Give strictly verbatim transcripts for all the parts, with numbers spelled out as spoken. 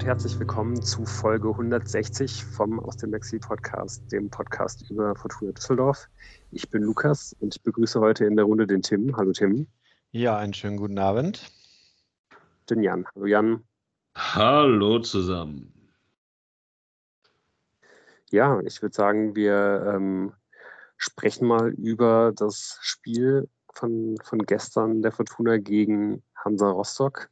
herzlich willkommen zu Folge hundertsechzig vom Aus dem Maxi Podcast, dem Podcast über Fortuna Düsseldorf. Ich bin Lukas und ich begrüße heute in der Runde den Tim. Hallo Tim. Ja, einen schönen guten Abend. Den Jan. Hallo Jan. Hallo zusammen. Ja, ich würde sagen, wir ähm, sprechen mal über das Spiel von, von gestern der Fortuna gegen Hansa Rostock.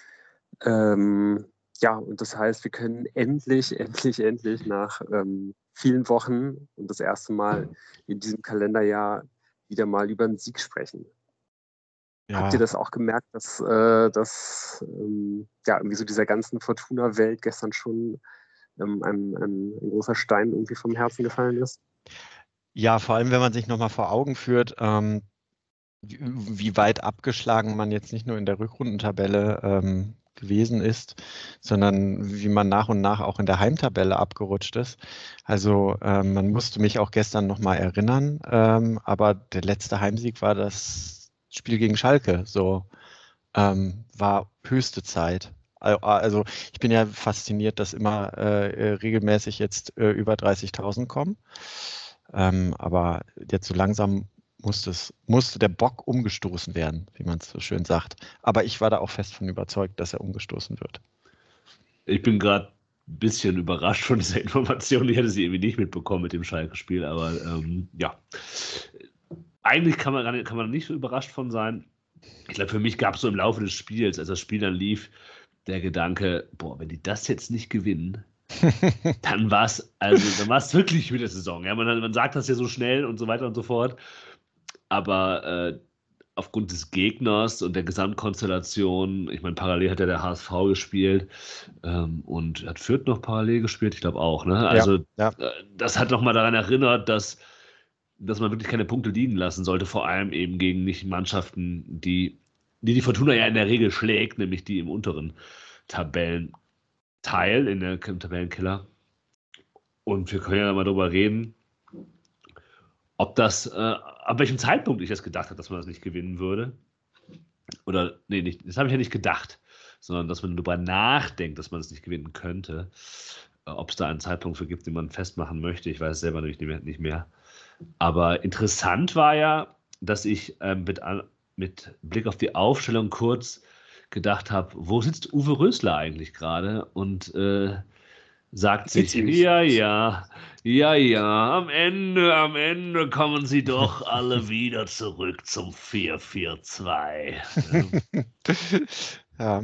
Ähm, ja, und das heißt, wir können endlich, endlich, endlich nach ähm, vielen Wochen und das erste Mal in diesem Kalenderjahr wieder mal über einen Sieg sprechen. Ja. Habt ihr das auch gemerkt, dass, äh, dass ähm, ja, irgendwie so dieser ganzen Fortuna-Welt gestern schon ähm, ein, ein, ein großer Stein irgendwie vom Herzen gefallen ist? Ja, vor allem, wenn man sich nochmal vor Augen führt, ähm, wie, wie weit abgeschlagen man jetzt nicht nur in der Rückrundentabelle ähm, gewesen ist, sondern wie man nach und nach auch in der Heimtabelle abgerutscht ist. Also ähm, man musste mich auch gestern nochmal erinnern, ähm, aber der letzte Heimsieg war das Spiel gegen Schalke. So ähm, war höchste Zeit. Also ich bin ja fasziniert, dass immer äh, regelmäßig jetzt äh, über dreißigtausend kommen. Ähm, aber jetzt so langsam musste, es, musste der Bock umgestoßen werden, wie man es so schön sagt. Aber ich war da auch fest von überzeugt, dass er umgestoßen wird. Ich bin gerade ein bisschen überrascht von dieser Information. Ich hätte sie irgendwie nicht mitbekommen mit dem Schalke-Spiel, aber ähm, ja. Eigentlich kann man, kann man nicht so überrascht von sein. Ich glaube, für mich gab es so im Laufe des Spiels, als das Spiel dann lief, der Gedanke, boah, wenn die das jetzt nicht gewinnen, dann war es also, dann war es wirklich mit der Saison. Ja, man, man sagt das ja so schnell und so weiter und so fort. Aber äh, aufgrund des Gegners und der Gesamtkonstellation, ich meine, parallel hat ja der H S V gespielt ähm, und hat Fürth noch parallel gespielt, ich glaube auch. Ne? Also ja, ja. Äh, das hat nochmal daran erinnert, dass, dass man wirklich keine Punkte liegen lassen sollte, vor allem eben gegen nicht Mannschaften, die die, die Fortuna ja in der Regel schlägt, nämlich die im unteren Tabellenteil, in der im Tabellenkiller. Und wir können ja mal drüber reden, ob das, äh, ab welchem Zeitpunkt ich das gedacht habe, dass man das nicht gewinnen würde. Oder, nee, nicht, das habe ich ja nicht gedacht, sondern dass man darüber nachdenkt, dass man es nicht gewinnen könnte. Äh, ob es da einen Zeitpunkt für gibt, den man festmachen möchte, ich weiß es selber nicht mehr. Nicht mehr. Aber interessant war ja, dass ich äh, mit, mit Blick auf die Aufstellung kurz gedacht habe, wo sitzt Uwe Rösler eigentlich gerade? Und äh, sagt sich, ja, ja, ja, ja, am Ende, am Ende kommen sie doch alle wieder zurück zum vier vier zwei. Ja.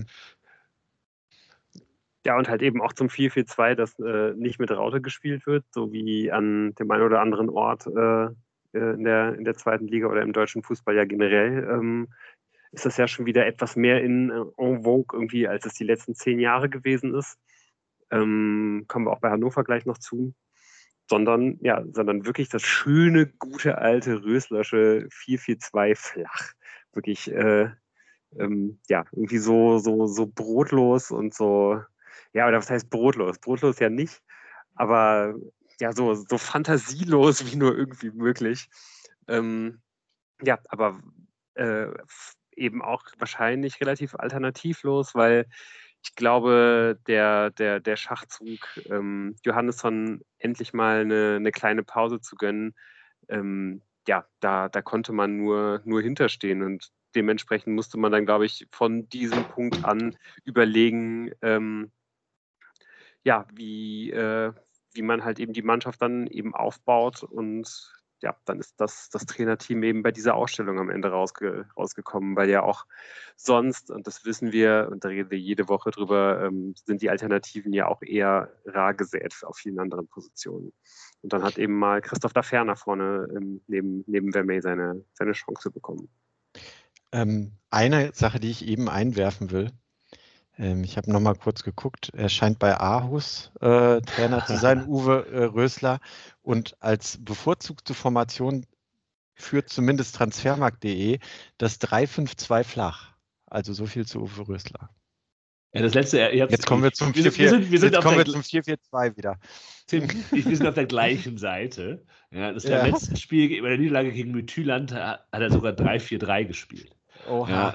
Ja, und halt eben auch zum vier vier zwei, das äh, nicht mit Raute gespielt wird, so wie an dem einen oder anderen Ort äh, in, der, in der zweiten Liga oder im deutschen Fußball ja generell, ähm, ist das ja schon wieder etwas mehr in en vogue irgendwie, als es die letzten zehn Jahre gewesen ist. Ähm, kommen wir auch bei Hannover gleich noch zu. Sondern, ja, sondern wirklich das schöne, gute, alte Röslersche vier vier zwei flach. Wirklich, äh, ähm, ja, irgendwie so, so, so brotlos und so, ja, oder was heißt brotlos? Brotlos ja nicht, aber ja, so, so fantasielos wie nur irgendwie möglich. Ähm, ja, aber äh, eben auch wahrscheinlich relativ alternativlos, weil ich glaube, der, der, der Schachzug, ähm, Johannesson endlich mal eine, eine kleine Pause zu gönnen, ähm, ja, da, da konnte man nur, nur hinterstehen und dementsprechend musste man dann, glaube ich, von diesem Punkt an überlegen, ähm, ja, wie, äh, wie man halt eben die Mannschaft dann eben aufbaut und ja, dann ist das, das Trainerteam eben bei dieser Ausstellung am Ende rausge rausgekommen, weil ja auch sonst, und das wissen wir, und da reden wir jede Woche drüber, ähm, sind die Alternativen ja auch eher rar gesät auf vielen anderen Positionen. Und dann hat eben mal Christoph Daferner vorne ähm, neben, neben Vermey seine, seine Chance bekommen. Ähm, eine Sache, die ich eben einwerfen will, ähm, ich habe nochmal kurz geguckt, er scheint bei Aarhus äh, Trainer zu sein, Uwe äh, Rösler, und als bevorzugte Formation führt zumindest transfermarkt punkt de das drei fünf zwei flach. Also so viel zu Uwe Rösler. Ja, das letzte, jetzt kommen wir zum vier vier zwei wieder. Tim, ich, wir sind auf der gleichen Seite. Ja, das ja. letzte Spiel bei der Niederlage gegen Midtjylland hat er sogar drei vier drei gespielt. Oha. Ja,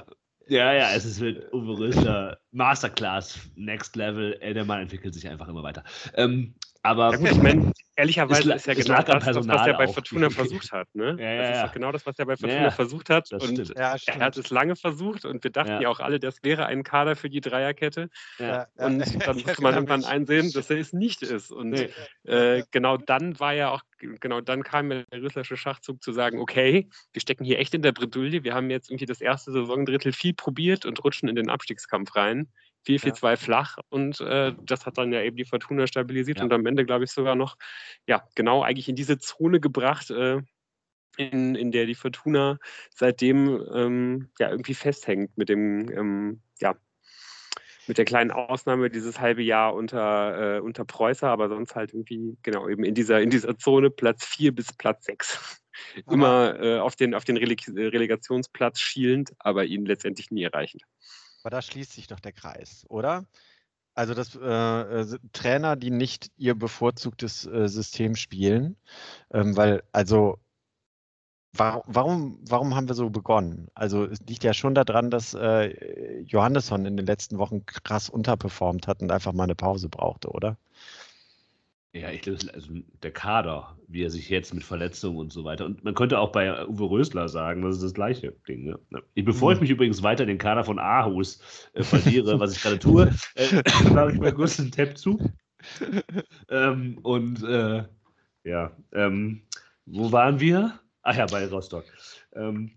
Ja, ja, es ist mit Uwe Rösler Masterclass, Next Level. Ey, der Mann entwickelt sich einfach immer weiter. Ähm, aber Ja gut, ich meine, ehrlicherweise la- ist ja es genau lag am das, das, was Personal er bei auch. Fortuna versucht hat. Ne? Ja, ja, Das ist ja. doch genau das, was er bei Ja, Fortuna ja, versucht hat. das Und stimmt. Ja, er hat stimmt. es lange versucht und wir dachten Ja. ja auch alle, das wäre ein Kader für die Dreierkette. Ja. Ja, Und ja, dann ich musste man erinnere irgendwann mich. einsehen, dass er es nicht ist. Und Nee. äh, genau dann war ja auch, genau dann kam ja der Röslersche Schachzug zu sagen, okay, wir stecken hier echt in der Bredouille. Wir haben jetzt irgendwie das erste Saisondrittel viel probiert und rutschen in den Abstiegskampf rein. vier vier zwei flach und äh, das hat dann ja eben die Fortuna stabilisiert Ja. und am Ende, glaube ich, sogar noch, ja, genau eigentlich in diese Zone gebracht, äh, in, in der die Fortuna seitdem ähm, ja irgendwie festhängt mit dem, ähm, ja, mit der kleinen Ausnahme dieses halbe Jahr unter, äh, unter Preußer, aber sonst halt irgendwie, genau, eben in dieser, in dieser Zone Platz vier bis Platz sechs. Immer äh, auf den, auf den Releg Relegationsplatz schielend, aber ihn letztendlich nie erreichend. Aber da schließt sich doch der Kreis, oder? Also das äh, äh, Trainer, die nicht ihr bevorzugtes äh, System spielen, ähm, weil also warum, warum, warum haben wir so begonnen? Also es liegt ja schon daran, dass äh, Johannesson in den letzten Wochen krass unterperformt hat und einfach mal eine Pause brauchte, oder? Ja, ich glaube, also der Kader, wie er sich jetzt mit Verletzungen und so weiter. Und man könnte auch bei Uwe Rösler sagen, das ist das gleiche Ding. Ne? Bevor ich mich übrigens weiter in den Kader von Aarhus äh, verliere, was ich gerade tue, äh, mache ich mal kurz einen Tab zu. Ähm, und äh, ja, ähm, wo waren wir? Ach ja, bei Rostock. Ähm,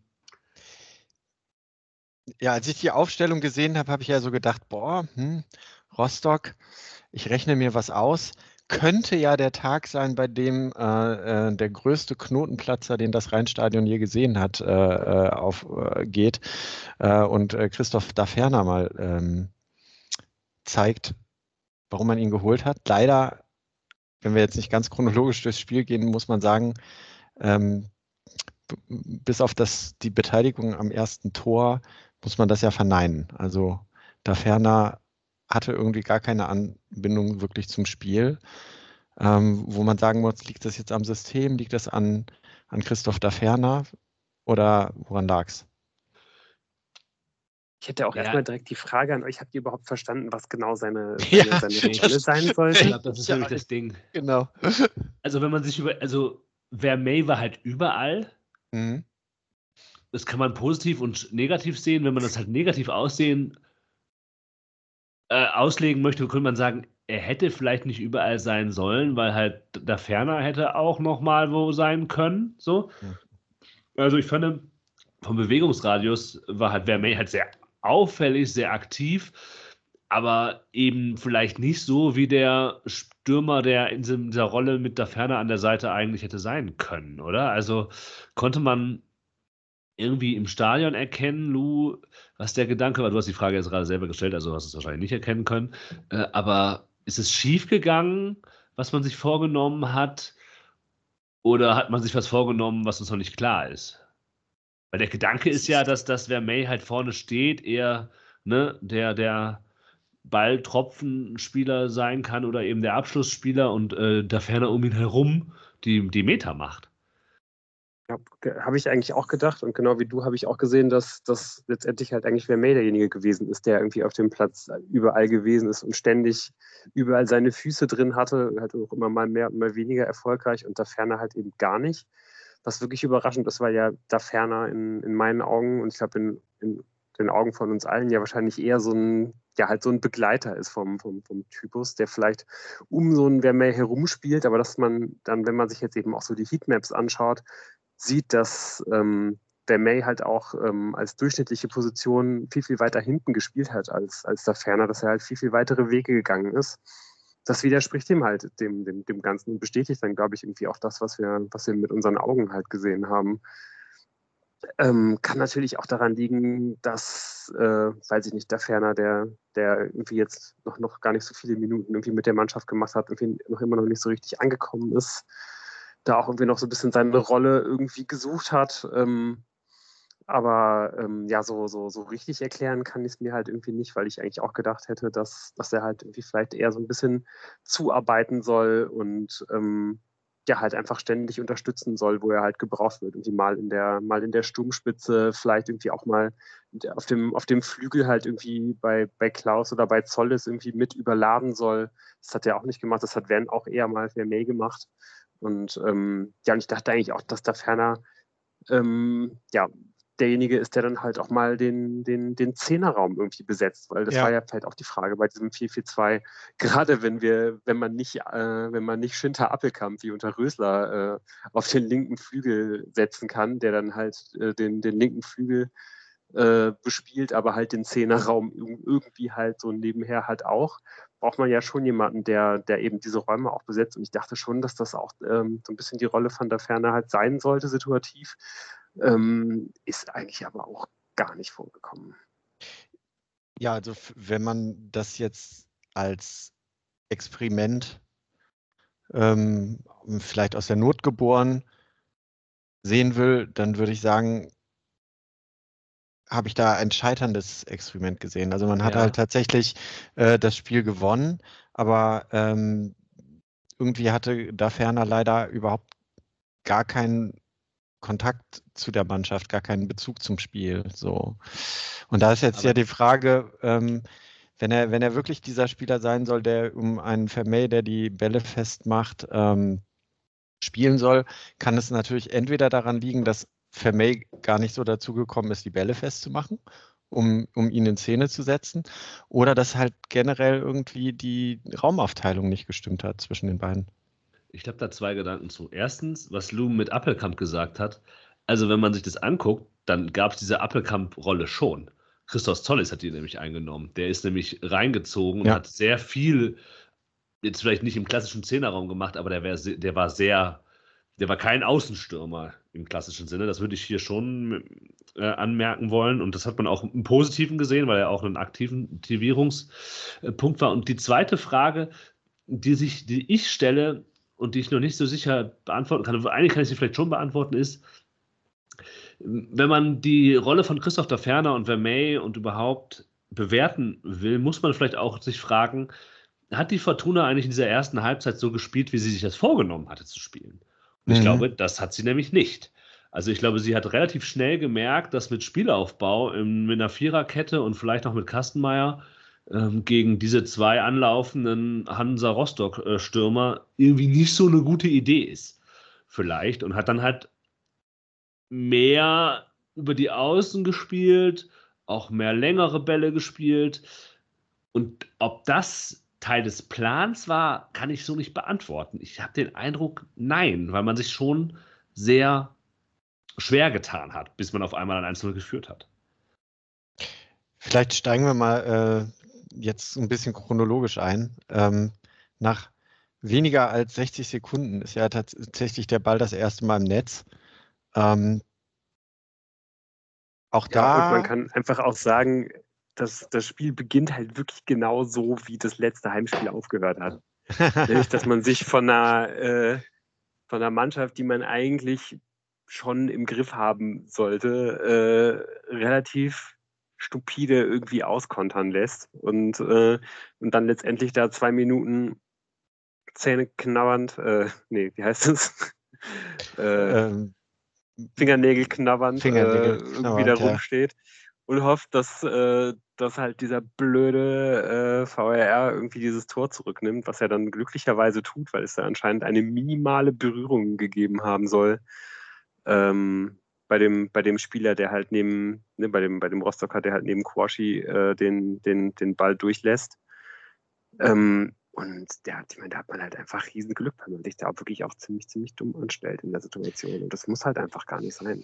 Ja, als ich die Aufstellung gesehen habe, habe ich ja so gedacht, boah, hm, Rostock, ich rechne mir was aus. Könnte ja der Tag sein, bei dem äh, äh, der größte Knotenplatzer, den das Rheinstadion je gesehen hat, äh, äh, aufgeht äh, und äh, Christoph Daferner mal ähm, zeigt, warum man ihn geholt hat. Leider, wenn wir jetzt nicht ganz chronologisch durchs Spiel gehen, muss man sagen, ähm, b- bis auf das, die Beteiligung am ersten Tor muss man das ja verneinen. Also Daferner hatte irgendwie gar keine Anbindung wirklich zum Spiel. Ähm, wo man sagen muss, liegt das jetzt am System, liegt das an, an Christoph Daferner oder woran lag es? Ich hätte auch Ja. erstmal direkt die Frage an euch, habt ihr überhaupt verstanden, was genau seine, Ja, seine, seine ich- Rolle sein ich sollte? glaube, das ist Ja, wirklich das Ding. Genau. Also, wenn man sich über, also, Vermey war halt überall. Mhm. Das kann man positiv und negativ sehen. Wenn man das halt negativ aussehen, äh, auslegen möchte, könnte man sagen, er hätte vielleicht nicht überall sein sollen, weil halt da ferner hätte auch noch mal wo sein können. So. Mhm. Also ich fand, vom Bewegungsradius war halt Vermey halt sehr auffällig, sehr aktiv, aber eben vielleicht nicht so wie der Stürmer, der in diesem- dieser Rolle mit da ferner an der Seite eigentlich hätte sein können, oder? Also konnte man irgendwie im Stadion erkennen, Lou, was der Gedanke war? Du hast die Frage jetzt gerade selber gestellt, also hast es wahrscheinlich nicht erkennen können. Äh, aber ist es schief gegangen, was man sich vorgenommen hat? Oder hat man sich was vorgenommen, was uns noch nicht klar ist? Weil der Gedanke ist ja, dass das Vermey halt vorne steht, eher ne, der, der Balltropfenspieler sein kann oder eben der Abschlussspieler und äh, da ferner um ihn herum die, die Meter macht. Ja, habe ich eigentlich auch gedacht und genau wie du habe ich auch gesehen, dass das letztendlich halt eigentlich Vermey derjenige gewesen ist, der irgendwie auf dem Platz überall gewesen ist und ständig überall seine Füße drin hatte, halt auch immer mal mehr und mal weniger erfolgreich und da ferner halt eben gar nicht. Was wirklich überraschend ist, weil ja da ferner in, in meinen Augen und ich glaube in, in den Augen von uns allen ja wahrscheinlich eher so ein, ja halt so ein Begleiter ist vom, vom, vom Typus, der vielleicht um so ein Vermey herumspielt, aber dass man dann, wenn man sich jetzt eben auch so die Heatmaps anschaut, sieht, dass ähm, Vermey halt auch ähm, als durchschnittliche Position viel, viel weiter hinten gespielt hat als, als da ferner, dass er halt viel, viel weitere Wege gegangen ist. Das widerspricht dem halt, dem, dem, dem Ganzen und bestätigt dann, glaube ich, irgendwie auch das, was wir, was wir mit unseren Augen halt gesehen haben. Ähm, kann natürlich auch daran liegen, dass, äh, weiß ich nicht, der Ferner, der, der irgendwie jetzt noch, noch gar nicht so viele Minuten irgendwie mit der Mannschaft gemacht hat, irgendwie noch immer noch nicht so richtig angekommen ist, da auch irgendwie noch so ein bisschen seine Rolle irgendwie gesucht hat. Ähm, aber ähm, ja, so, so, so richtig erklären kann ich es mir halt irgendwie nicht, weil ich eigentlich auch gedacht hätte, dass, dass er halt irgendwie vielleicht eher so ein bisschen zuarbeiten soll und ähm, ja halt einfach ständig unterstützen soll, wo er halt gebraucht wird. Irgendwie mal in der, mal in der Sturmspitze, vielleicht irgendwie auch mal auf dem, auf dem Flügel halt irgendwie bei, bei Klaus oder bei Zolles irgendwie mit überladen soll. Das hat er auch nicht gemacht, das hat Van auch eher mal Vermey gemacht. Und ähm, ja, und ich dachte eigentlich auch, dass da Ferner ähm, ja, derjenige ist, der dann halt auch mal den, den, den Zehnerraum irgendwie besetzt, weil das Ja. war ja vielleicht auch die Frage bei diesem vier vier zwei, gerade wenn wir, wenn man nicht, äh, wenn man nicht Schinter Appelkamp wie unter Rösler äh, auf den linken Flügel setzen kann, der dann halt äh, den, den linken Flügel äh, bespielt, aber halt den Zehnerraum irgendwie halt so nebenher halt auch, braucht man ja schon jemanden, der, der eben diese Räume auch besetzt. Und ich dachte schon, dass das auch ähm, so ein bisschen die Rolle von der Ferne halt sein sollte, situativ. Ähm, ist eigentlich aber auch gar nicht vorgekommen. Ja, also f- wenn man das jetzt als Experiment ähm, vielleicht aus der Not geboren sehen will, dann würde ich sagen, habe ich da ein scheiterndes Experiment gesehen. Also man hat Ja. halt tatsächlich äh, das Spiel gewonnen, aber ähm, irgendwie hatte da Ferner leider überhaupt gar keinen Kontakt zu der Mannschaft, gar keinen Bezug zum Spiel. So. Und da ist jetzt Aber ja die Frage, ähm, wenn er, wenn er wirklich dieser Spieler sein soll, der um einen Vermey, der die Bälle festmacht, ähm, spielen soll, kann es natürlich entweder daran liegen, dass Vermey gar nicht so dazu gekommen ist, die Bälle festzumachen, um, um ihn in Szene zu setzen, oder dass halt generell irgendwie die Raumaufteilung nicht gestimmt hat zwischen den beiden. ich habe da zwei Gedanken zu. Erstens, was Lou mit Appelkamp gesagt hat. Also, wenn man sich das anguckt, dann gab es diese Appelkamp-Rolle schon. Christos Zollis hat die nämlich eingenommen. Der ist nämlich reingezogen und Ja. hat sehr viel, jetzt vielleicht nicht im klassischen Zehnerraum gemacht, aber der, wär, se- der war sehr, der war kein Außenstürmer im klassischen Sinne. Das würde ich hier schon äh, anmerken wollen. Und das hat man auch im Positiven gesehen, weil er auch ein aktiven Aktivierungspunkt war. Und die zweite Frage, die, sich, die ich stelle und die ich noch nicht so sicher beantworten kann, eigentlich kann ich sie vielleicht schon beantworten, ist, wenn man die Rolle von Christoph da Ferner und Vermey und überhaupt bewerten will, muss man vielleicht auch sich fragen, hat die Fortuna eigentlich in dieser ersten Halbzeit so gespielt, wie sie sich das vorgenommen hatte zu spielen? Und ich Mhm. glaube, das hat sie nämlich nicht. Also ich glaube, sie hat relativ schnell gemerkt, dass mit Spielaufbau in, mit einer Viererkette und vielleicht noch mit Kastenmeier ähm, gegen diese zwei anlaufenden Hansa-Rostock-Stürmer irgendwie nicht so eine gute Idee ist. Vielleicht. Und hat dann halt mehr über die Außen gespielt, auch mehr längere Bälle gespielt. Und ob das Teil des Plans war, kann ich so nicht beantworten. Ich habe den Eindruck, nein, weil man sich schon sehr schwer getan hat, bis man auf einmal ein eins null geführt hat. Vielleicht steigen wir mal äh, jetzt ein bisschen chronologisch ein. Ähm, nach weniger als sechzig Sekunden ist ja tatsächlich der Ball das erste Mal im Netz. Ähm, auch Ja, und man da, kann einfach auch sagen, dass das Spiel beginnt halt wirklich genau so, wie das letzte Heimspiel aufgehört hat. Nämlich, dass man sich von einer, äh, von einer Mannschaft, die man eigentlich schon im Griff haben sollte, äh, relativ stupide irgendwie auskontern lässt und, äh, und dann letztendlich da zwei Minuten Zähne knabbernd, äh, nee, wie heißt es? äh, ähm, Fingernägel knabbernd äh, Fingernägel irgendwie da knabbernd, ja. rumsteht und hofft, dass, äh, dass halt dieser blöde äh, V R R irgendwie dieses Tor zurücknimmt, was er dann glücklicherweise tut, weil es da anscheinend eine minimale Berührung gegeben haben soll ähm, bei, dem, bei dem Spieler, der halt neben, ne, bei dem, bei dem Rostocker, der halt neben Quashi äh, den, den, den Ball durchlässt. Ähm, und der hat, ich meine, da hat man halt einfach riesen Glück, weil man sich da auch wirklich auch ziemlich, ziemlich dumm anstellt in der Situation. Und das muss halt einfach gar nicht sein.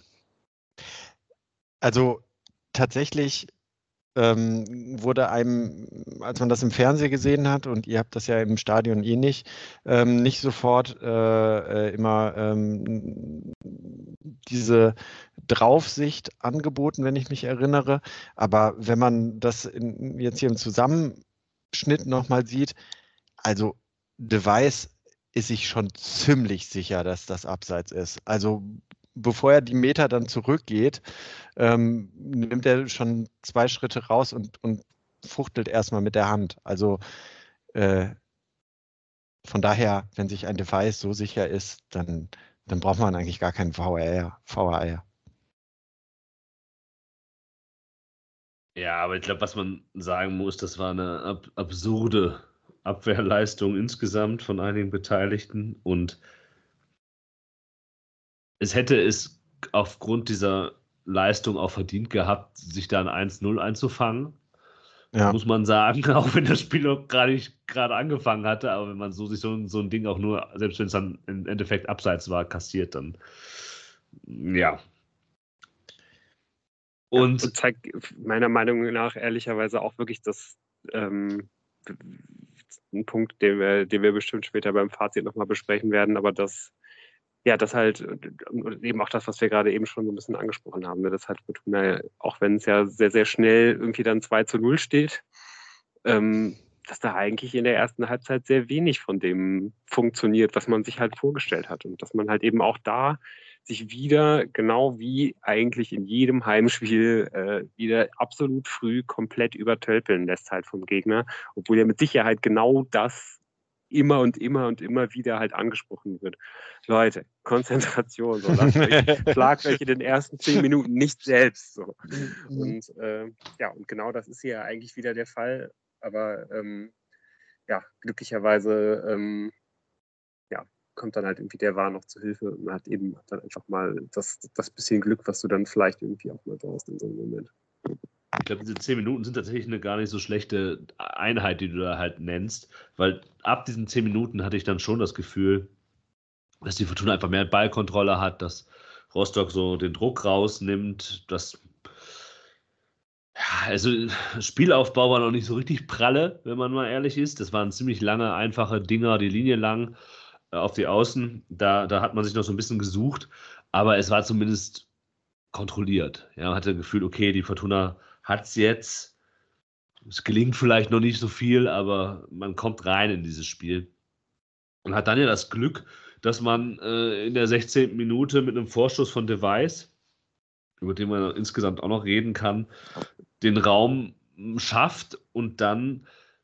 Also tatsächlich ähm, wurde einem, als man das im Fernsehen gesehen hat, und ihr habt das ja im Stadion eh nicht, ähm, nicht sofort äh, äh, immer ähm, diese Draufsicht angeboten, wenn ich mich erinnere. Aber wenn man das in, jetzt hier im Zusammenschnitt nochmal sieht, also De Weiß ist sich schon ziemlich sicher, dass das Abseits ist. Also bevor er die Meter dann zurückgeht, ähm, nimmt er schon zwei Schritte raus und, und fuchtelt erstmal mit der Hand. Also äh, von daher, wenn sich ein Device so sicher ist, dann, dann braucht man eigentlich gar keinen V A R. V A R. Ja, aber ich glaube, was man sagen muss, das war eine ab absurde Abwehrleistung insgesamt von einigen Beteiligten und es hätte es aufgrund dieser Leistung auch verdient gehabt, sich da ein eins null einzufangen, Ja. muss man sagen, auch wenn das Spiel noch gerade nicht gerade angefangen hatte, aber wenn man so sich so, ein- so ein Ding auch nur, selbst wenn es dann im Endeffekt abseits war, kassiert, dann ja. Und, ja, und zeigt meiner Meinung nach ehrlicherweise auch wirklich das ähm, ein Punkt, den wir, den wir bestimmt später beim Fazit nochmal besprechen werden, aber das, ja, das halt, und eben auch das, was wir gerade eben schon so ein bisschen angesprochen haben, ne, das halt Fortuna, auch wenn es ja sehr, sehr schnell irgendwie dann zwei zu null steht, ähm, dass da eigentlich in der ersten Halbzeit sehr wenig von dem funktioniert, was man sich halt vorgestellt hat. Und dass man halt eben auch da sich wieder, genau wie eigentlich in jedem Heimspiel, äh, wieder absolut früh komplett übertölpeln lässt halt vom Gegner, obwohl ja mit Sicherheit genau das immer und immer und immer wieder halt angesprochen wird. Leute, Konzentration, so lasst euch, schlagt euch in den ersten zehn Minuten nicht selbst so. Und äh, ja, und genau das ist hier eigentlich wieder der Fall. Aber ähm, ja, glücklicherweise ähm, ja, kommt dann halt irgendwie der War noch zu Hilfe und hat eben dann einfach mal das, das bisschen Glück, was du dann vielleicht irgendwie auch mal brauchst in so einem Moment. ich glaube, diese zehn Minuten sind tatsächlich eine gar nicht so schlechte Einheit, die du da halt nennst, weil ab diesen zehn Minuten hatte ich dann schon das Gefühl, dass die Fortuna einfach mehr Ballkontrolle hat, dass Rostock so den Druck rausnimmt, dass ja, also Spielaufbau war noch nicht so richtig pralle, wenn man mal ehrlich ist. Das waren ziemlich lange, einfache Dinger, die Linie lang äh, auf die Außen. Da, da hat man sich noch so ein bisschen gesucht, aber es war zumindest kontrolliert. Ja, man hatte das Gefühl, okay, die Fortuna hat es jetzt. Es gelingt vielleicht noch nicht so viel, aber man kommt rein in dieses Spiel. Und hat dann ja das Glück, dass man äh, in der sechzehnten Minute mit einem Vorschuss von Device, über den man insgesamt auch noch reden kann, den Raum schafft und dann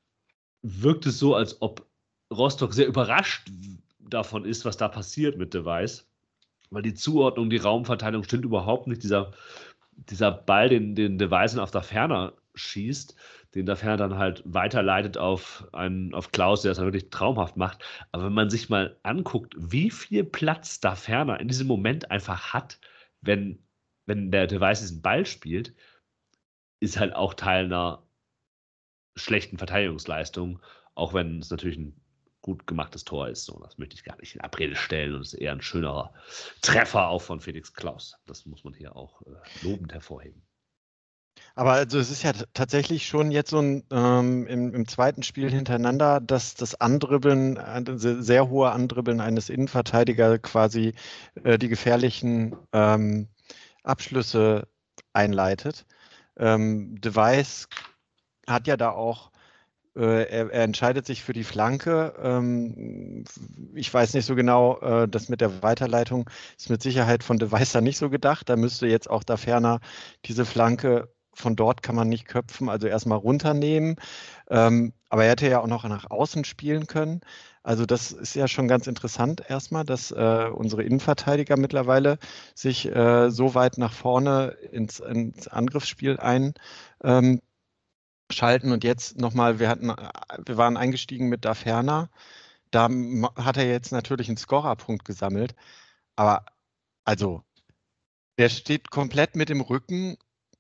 wirkt es so, als ob Rostock sehr überrascht davon ist, was da passiert mit Device. Weil die Zuordnung, die Raumverteilung stimmt überhaupt nicht. Dieser, dieser Ball, den, den Device auf der Ferner schießt, den der Ferner dann halt weiterleitet auf, einen, auf Klaus, der das dann wirklich traumhaft macht. Aber wenn man sich mal anguckt, wie viel Platz da Ferner in diesem Moment einfach hat, wenn, wenn der Device diesen Ball spielt, ist halt auch Teil einer schlechten Verteidigungsleistung, auch wenn es natürlich ein gut gemachtes Tor ist. So, das möchte ich gar nicht in Abrede stellen und es ist eher ein schönerer Treffer auch von Felix Klaus. Das muss man hier auch äh, lobend hervorheben. Aber also es ist ja tatsächlich schon jetzt so ein ähm, im, im zweiten Spiel hintereinander, dass das Andribbeln, ein sehr hohe Andribbeln eines Innenverteidigers quasi äh, die gefährlichen ähm, Abschlüsse einleitet. Ähm, Device hat ja da auch, äh, er, er entscheidet sich für die Flanke. Ähm, ich weiß nicht so genau, äh, das mit der Weiterleitung ist mit Sicherheit von Device da nicht so gedacht. Da müsste jetzt auch da ferner diese Flanke, von dort kann man nicht köpfen, also erstmal runternehmen. Ähm, aber er hätte ja auch noch nach außen spielen können. Also das ist ja schon ganz interessant erstmal, dass äh, unsere Innenverteidiger mittlerweile sich äh, so weit nach vorne ins, ins Angriffsspiel ein ähm, schalten. Und jetzt nochmal, wir hatten, wir waren eingestiegen mit Da Ferner. Da hat er jetzt natürlich einen Scorerpunkt gesammelt. Aber also, der steht komplett mit dem Rücken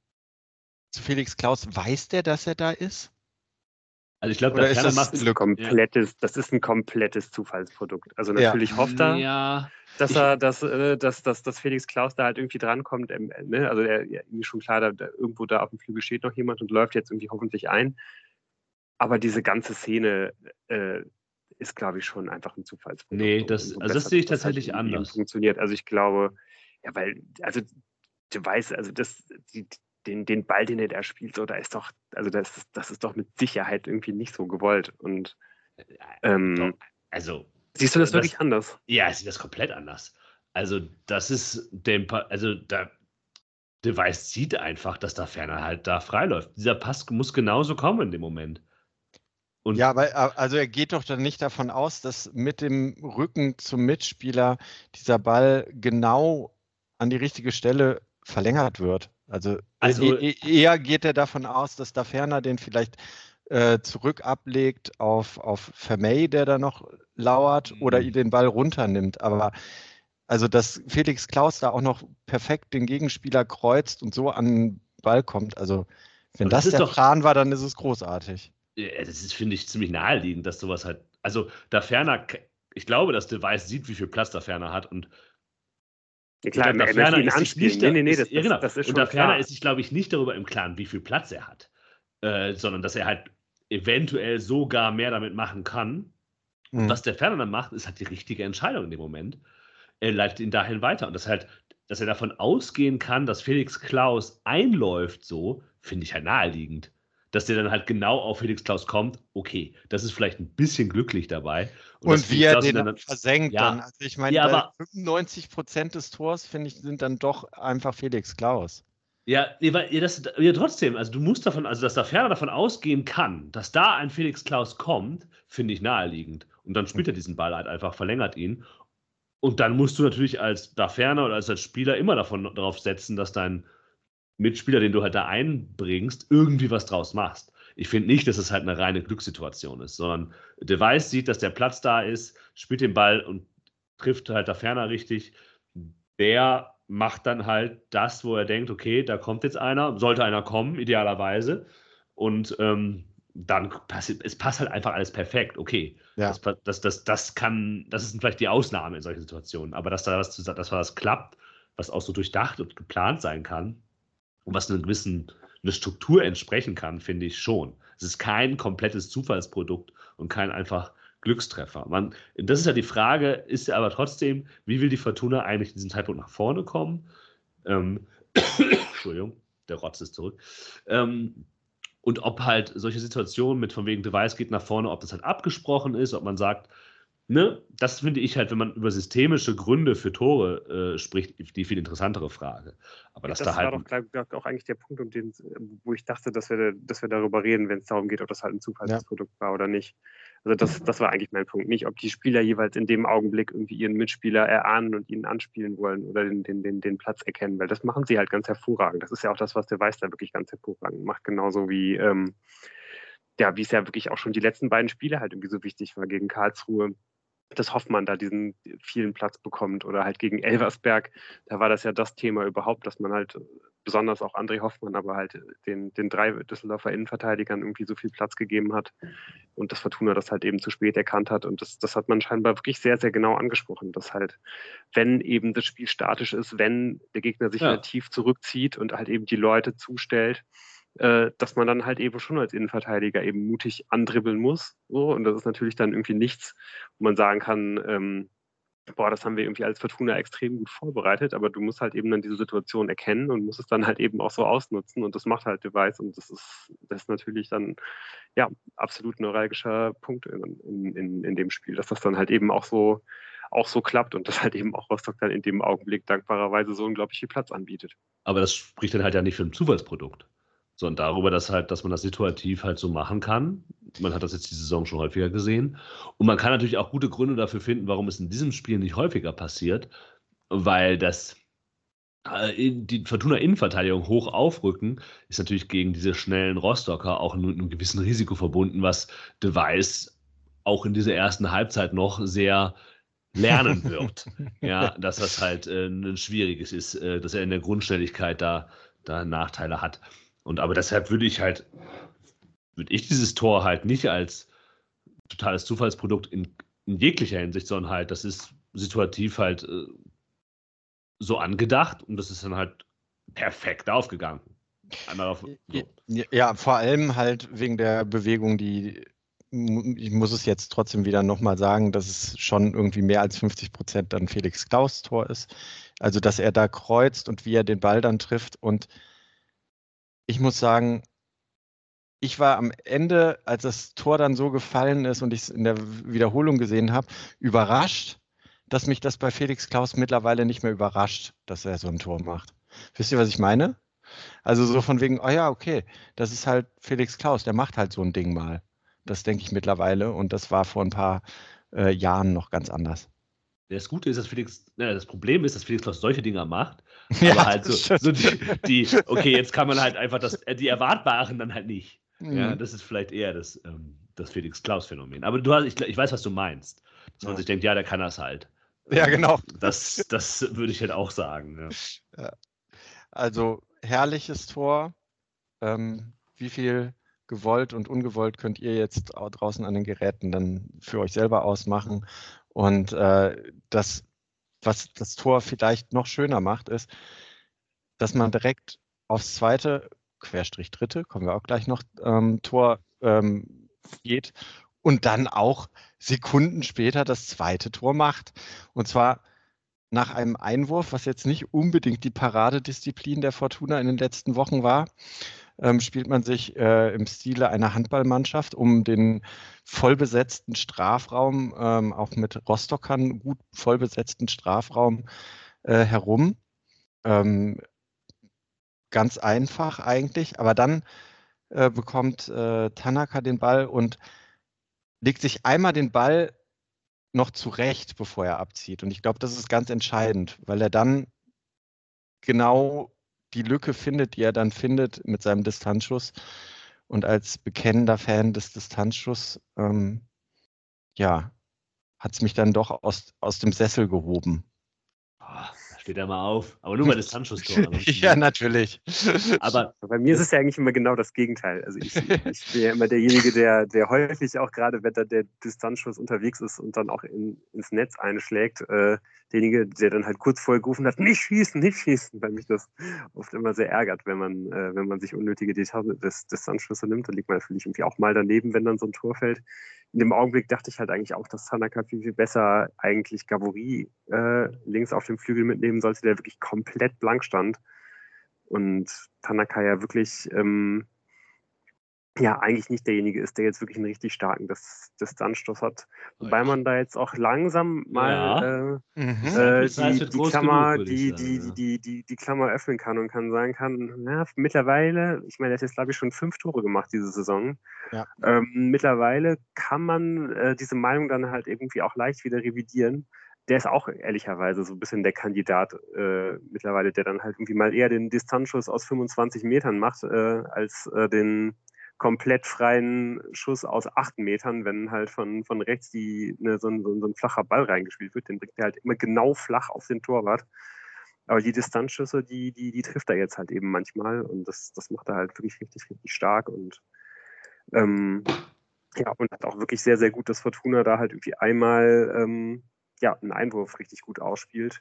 zu Felix Klaus. Weiß der, dass er da ist? Also ich glaube, Oder der ist Ferner das macht Glück? Komplettes, ja. Das ist ein komplettes Zufallsprodukt. Also Ja. natürlich hofft er, ja, dass ich, er, dass, äh, dass, dass, dass Felix Klaus da halt irgendwie drankommt. Ähm, ne? Also er, ja, ihm ist schon klar, da, da, irgendwo da auf dem Flügel steht noch jemand und läuft jetzt irgendwie hoffentlich ein. Aber diese ganze Szene äh, ist, glaube ich, schon einfach ein Zufallsprodukt. nee, das, also das sehe ich tatsächlich halt anders. Funktioniert. Also ich glaube, ja, weil, also du weißt, also das, die, den, den Ball, den er da spielt, so, da ist doch, also das, das ist doch mit Sicherheit irgendwie nicht so gewollt. Und ähm, Doch, also siehst du das, das wirklich anders? Ja, ich sehe das komplett anders. Also das ist dem, Pa- also da Device sieht einfach, dass da Ferner halt da freiläuft. Dieser Pass muss genauso kommen in dem Moment. Und ja, aber also er geht doch dann nicht davon aus, dass mit dem Rücken zum Mitspieler dieser Ball genau an die richtige Stelle verlängert wird. Also, Also- e e eher geht er davon aus, dass da Ferner den vielleicht äh, zurück ablegt auf, auf Vermey, der da noch lauert, oder Mhm. den Ball runternimmt. Aber also, dass Felix Klaus da auch noch perfekt den Gegenspieler kreuzt und so an den Ball kommt, also wenn Aber das das ist der doch- Plan war, dann ist es großartig. Ja, das ist, finde ich, ziemlich naheliegend, dass sowas halt. Also, da Ferner, ich glaube, dass Device sieht, wie viel Platz da Ferner hat. Und Ja, ich klar, glaube, da er möchte Ferner ihn ist sich anspielen. nicht, Nee, da- nee, nee, ist, das, ja, das, genau. das ist Und schon da Ferner klar. ist sich, glaube ich, nicht darüber im Klaren, wie viel Platz er hat, äh, sondern dass er halt eventuell sogar mehr damit machen kann. Und Mhm. was der Ferner dann macht, ist halt die richtige Entscheidung in dem Moment. Er leitet ihn dahin weiter. Und das halt, dass er davon ausgehen kann, dass Felix Klaus einläuft, so, finde ich halt naheliegend. Dass der dann halt genau auf Felix Klaus kommt, okay, das ist vielleicht ein bisschen glücklich dabei. Und, dass wie Felix er Klaus ihn den dann dann, versenkt ja, dann. Also ich meine, ja, weil aber fünfundneunzig Prozent des Tors, finde ich, sind dann doch einfach Felix Klaus. ja, nee, weil, ja, das, ja, trotzdem, also du musst davon, also dass da Ferner davon ausgehen kann, dass da ein Felix Klaus kommt, finde ich naheliegend. Und dann spielt er diesen Ball halt einfach, verlängert ihn. Und dann musst du natürlich als da Ferner oder als, als Spieler immer davon darauf setzen, dass dein Mitspieler, den du halt da einbringst, irgendwie was draus machst. Ich finde nicht, dass es halt eine reine Glückssituation ist, sondern Device sieht, dass der Platz da ist, spielt den Ball und trifft halt da Ferner richtig. Der macht dann halt das, wo er denkt, okay, da kommt jetzt einer, sollte einer kommen, idealerweise. Und ähm, dann passt es passt halt einfach alles perfekt. Okay, Ja. das, das, das, das kann, das ist vielleicht die Ausnahme in solchen Situationen. Aber dass da was, dass was klappt, was auch so durchdacht und geplant sein kann und was einer gewissen eine Struktur entsprechen kann, finde ich schon. Es ist kein komplettes Zufallsprodukt und kein einfach Glückstreffer. Man, das ist ja die Frage, ist ja aber trotzdem, wie will die Fortuna eigentlich in diesem Zeitpunkt nach vorne kommen? Ähm, Entschuldigung, der Rotz ist zurück. Ähm, und ob halt solche Situationen mit von wegen Device geht nach vorne, ob das halt abgesprochen ist, ob man sagt, ne, das finde ich halt, wenn man über systemische Gründe für Tore äh, spricht, die viel interessantere Frage. Aber dass das da halt. war doch glaub, glaub, auch eigentlich der Punkt, um den, wo ich dachte, dass wir, dass wir darüber reden, wenn es darum geht, ob das halt ein Zufallsprodukt ja. war oder nicht. Also das, das war eigentlich mein Punkt. Nicht, ob die Spieler jeweils in dem Augenblick irgendwie ihren Mitspieler erahnen und ihn anspielen wollen oder den, den, den, den Platz erkennen, weil das machen sie halt ganz hervorragend. Das ist ja auch das, was der Weiß da wirklich ganz hervorragend macht. Genauso wie, ähm, ja, wie es ja wirklich auch schon die letzten beiden Spiele halt irgendwie so wichtig war gegen Karlsruhe, dass Hoffmann da diesen vielen Platz bekommt oder halt gegen Elversberg, da war das ja das Thema überhaupt, dass man halt besonders auch André Hoffmann, aber halt den, den drei Düsseldorfer Innenverteidigern irgendwie so viel Platz gegeben hat und das Fortuna das halt eben zu spät erkannt hat und das, das hat man scheinbar wirklich sehr, sehr genau angesprochen, dass halt, wenn eben das Spiel statisch ist, wenn der Gegner sich ja. halt tief zurückzieht und halt eben die Leute zustellt, dass man dann halt eben schon als Innenverteidiger eben mutig andribbeln muss. So. Und das ist natürlich dann irgendwie nichts, wo man sagen kann, ähm, boah, das haben wir irgendwie als Fortuna extrem gut vorbereitet, aber du musst halt eben dann diese Situation erkennen und musst es dann halt eben auch so ausnutzen und das macht halt Device und das ist, das ist natürlich dann ja absolut neuralgischer Punkt in, in, in dem Spiel, dass das dann halt eben auch so auch so klappt und dass halt eben auch Rostock dann in dem Augenblick dankbarerweise so unglaublich viel Platz anbietet. Aber das spricht dann halt ja nicht für ein Zufallsprodukt, sondern darüber, dass halt, dass man das situativ halt so machen kann. Man hat das jetzt die Saison schon häufiger gesehen. Und man kann natürlich auch gute Gründe dafür finden, warum es in diesem Spiel nicht häufiger passiert, weil das äh, die Fortuna-Innenverteidigung hoch aufrücken, ist natürlich gegen diese schnellen Rostocker auch mit einem gewissen Risiko verbunden, was Device auch in dieser ersten Halbzeit noch sehr lernen wird. Ja, dass das halt äh, ein schwieriges ist, äh, dass er in der Grundschnelligkeit da, da Nachteile hat. Und aber deshalb würde ich halt, würde ich dieses Tor halt nicht als totales Zufallsprodukt in, in jeglicher Hinsicht, sondern halt, das ist situativ halt äh, so angedacht und das ist dann halt perfekt aufgegangen. Einmal auf, so. Ja, vor allem halt wegen der Bewegung, die, ich muss es jetzt trotzdem wieder nochmal sagen, dass es schon irgendwie mehr als fünfzig Prozent dann Felix Klaus Tor ist. Also, dass er da kreuzt und wie er den Ball dann trifft und ich muss sagen, ich war am Ende, als das Tor dann so gefallen ist und ich es in der Wiederholung gesehen habe, überrascht, dass mich das bei Felix Klaus mittlerweile nicht mehr überrascht, dass er so ein Tor macht. Wisst ihr, was ich meine? Also so von wegen, oh ja, okay, das ist halt Felix Klaus, der macht halt so ein Ding mal. Das denke ich mittlerweile und das war vor ein paar äh, Jahren noch ganz anders. Das Gute ist, dass Felix, ne, das Problem ist, dass Felix Klaus solche Dinger macht, Ja, aber halt so, das so stimmt. die, die, okay, jetzt kann man halt einfach das, äh, die Erwartbaren dann halt nicht. Ja, Mhm. das ist vielleicht eher das, ähm, das Felix Klaus-Phänomen. Aber du hast, ich, ich weiß, was du meinst. Dass man Ja. sich denkt, ja, der kann das halt. Ja, Ähm, genau. Das, das würde ich halt auch sagen. Ja. Ja. Also herrliches Tor. Ähm, wie viel gewollt und ungewollt könnt ihr jetzt au- draußen an den Geräten dann für euch selber ausmachen? Und äh, das, was das Tor vielleicht noch schöner macht, ist, dass man direkt aufs zweite, Querstrich dritte, kommen wir auch gleich noch, ähm, Tor ähm, geht und dann auch Sekunden später das zweite Tor macht. Und zwar nach einem Einwurf, was jetzt nicht unbedingt die Paradedisziplin der Fortuna in den letzten Wochen war, ähm, spielt man sich äh, im Stile einer Handballmannschaft um den vollbesetzten Strafraum, ähm, auch mit Rostockern gut vollbesetzten Strafraum äh, herum. Ähm, ganz einfach eigentlich, aber dann äh, bekommt äh, Tanaka den Ball und legt sich einmal den Ball noch zurecht, bevor er abzieht. Und ich glaube, das ist ganz entscheidend, weil er dann genau die Lücke findet, die er dann findet mit seinem Distanzschuss. Und als bekennender Fan des Distanzschusses, ähm, ja, hat es mich dann doch aus, aus dem Sessel gehoben. Oh, da steht er mal auf. Aber nur bei Distanzschusstor. Ja, natürlich. Aber bei mir ist es ja eigentlich immer genau das Gegenteil. Also ich, ich bin ja immer derjenige, der, der häufig auch gerade, wenn da der Distanzschuss unterwegs ist und dann auch in, ins Netz einschlägt, äh, derjenige, der dann halt kurz vorher gerufen hat, nicht schießen, nicht schießen, weil mich das oft immer sehr ärgert, wenn man, äh, wenn man sich unnötige Distanzschüsse nimmt. Dann liegt man natürlich irgendwie auch mal daneben, wenn dann so ein Tor fällt. In dem Augenblick dachte ich halt eigentlich auch, dass Tanaka viel, viel besser eigentlich Gabori äh, links auf dem Flügel mitnehmen sollte, der wirklich komplett blank stand. Und Tanaka ja wirklich ähm, ja eigentlich nicht derjenige ist, der jetzt wirklich einen richtig starken Dis Distanzstoß hat. Wobei man da jetzt auch langsam mal ja, Mhm. die äh, Sample äh, Size die, wird die groß Klammer, genug, würde ich die, sagen. die, ja. die, die, die Klammer öffnen kann und kann sagen kann, na, mittlerweile, ich meine, er hat jetzt glaube ich schon fünf Tore gemacht diese Saison. Ja. Ähm, mittlerweile kann man äh, diese Meinung dann halt irgendwie auch leicht wieder revidieren. Der ist auch ehrlicherweise so ein bisschen der Kandidat äh, mittlerweile, der dann halt irgendwie mal eher den Distanzschuss aus fünfundzwanzig Metern macht, äh, als äh, den komplett freien Schuss aus acht Metern, wenn halt von, von rechts die, ne, so, ein, so, ein, so ein flacher Ball reingespielt wird. Den bringt er halt immer genau flach auf den Torwart. Aber die Distanzschüsse, die, die, die trifft er jetzt halt eben manchmal und das, das macht er halt wirklich richtig, richtig stark und ähm, ja, und hat auch wirklich sehr, sehr gut, dass Fortuna da halt irgendwie einmal ähm, ja, einen Einwurf richtig gut ausspielt.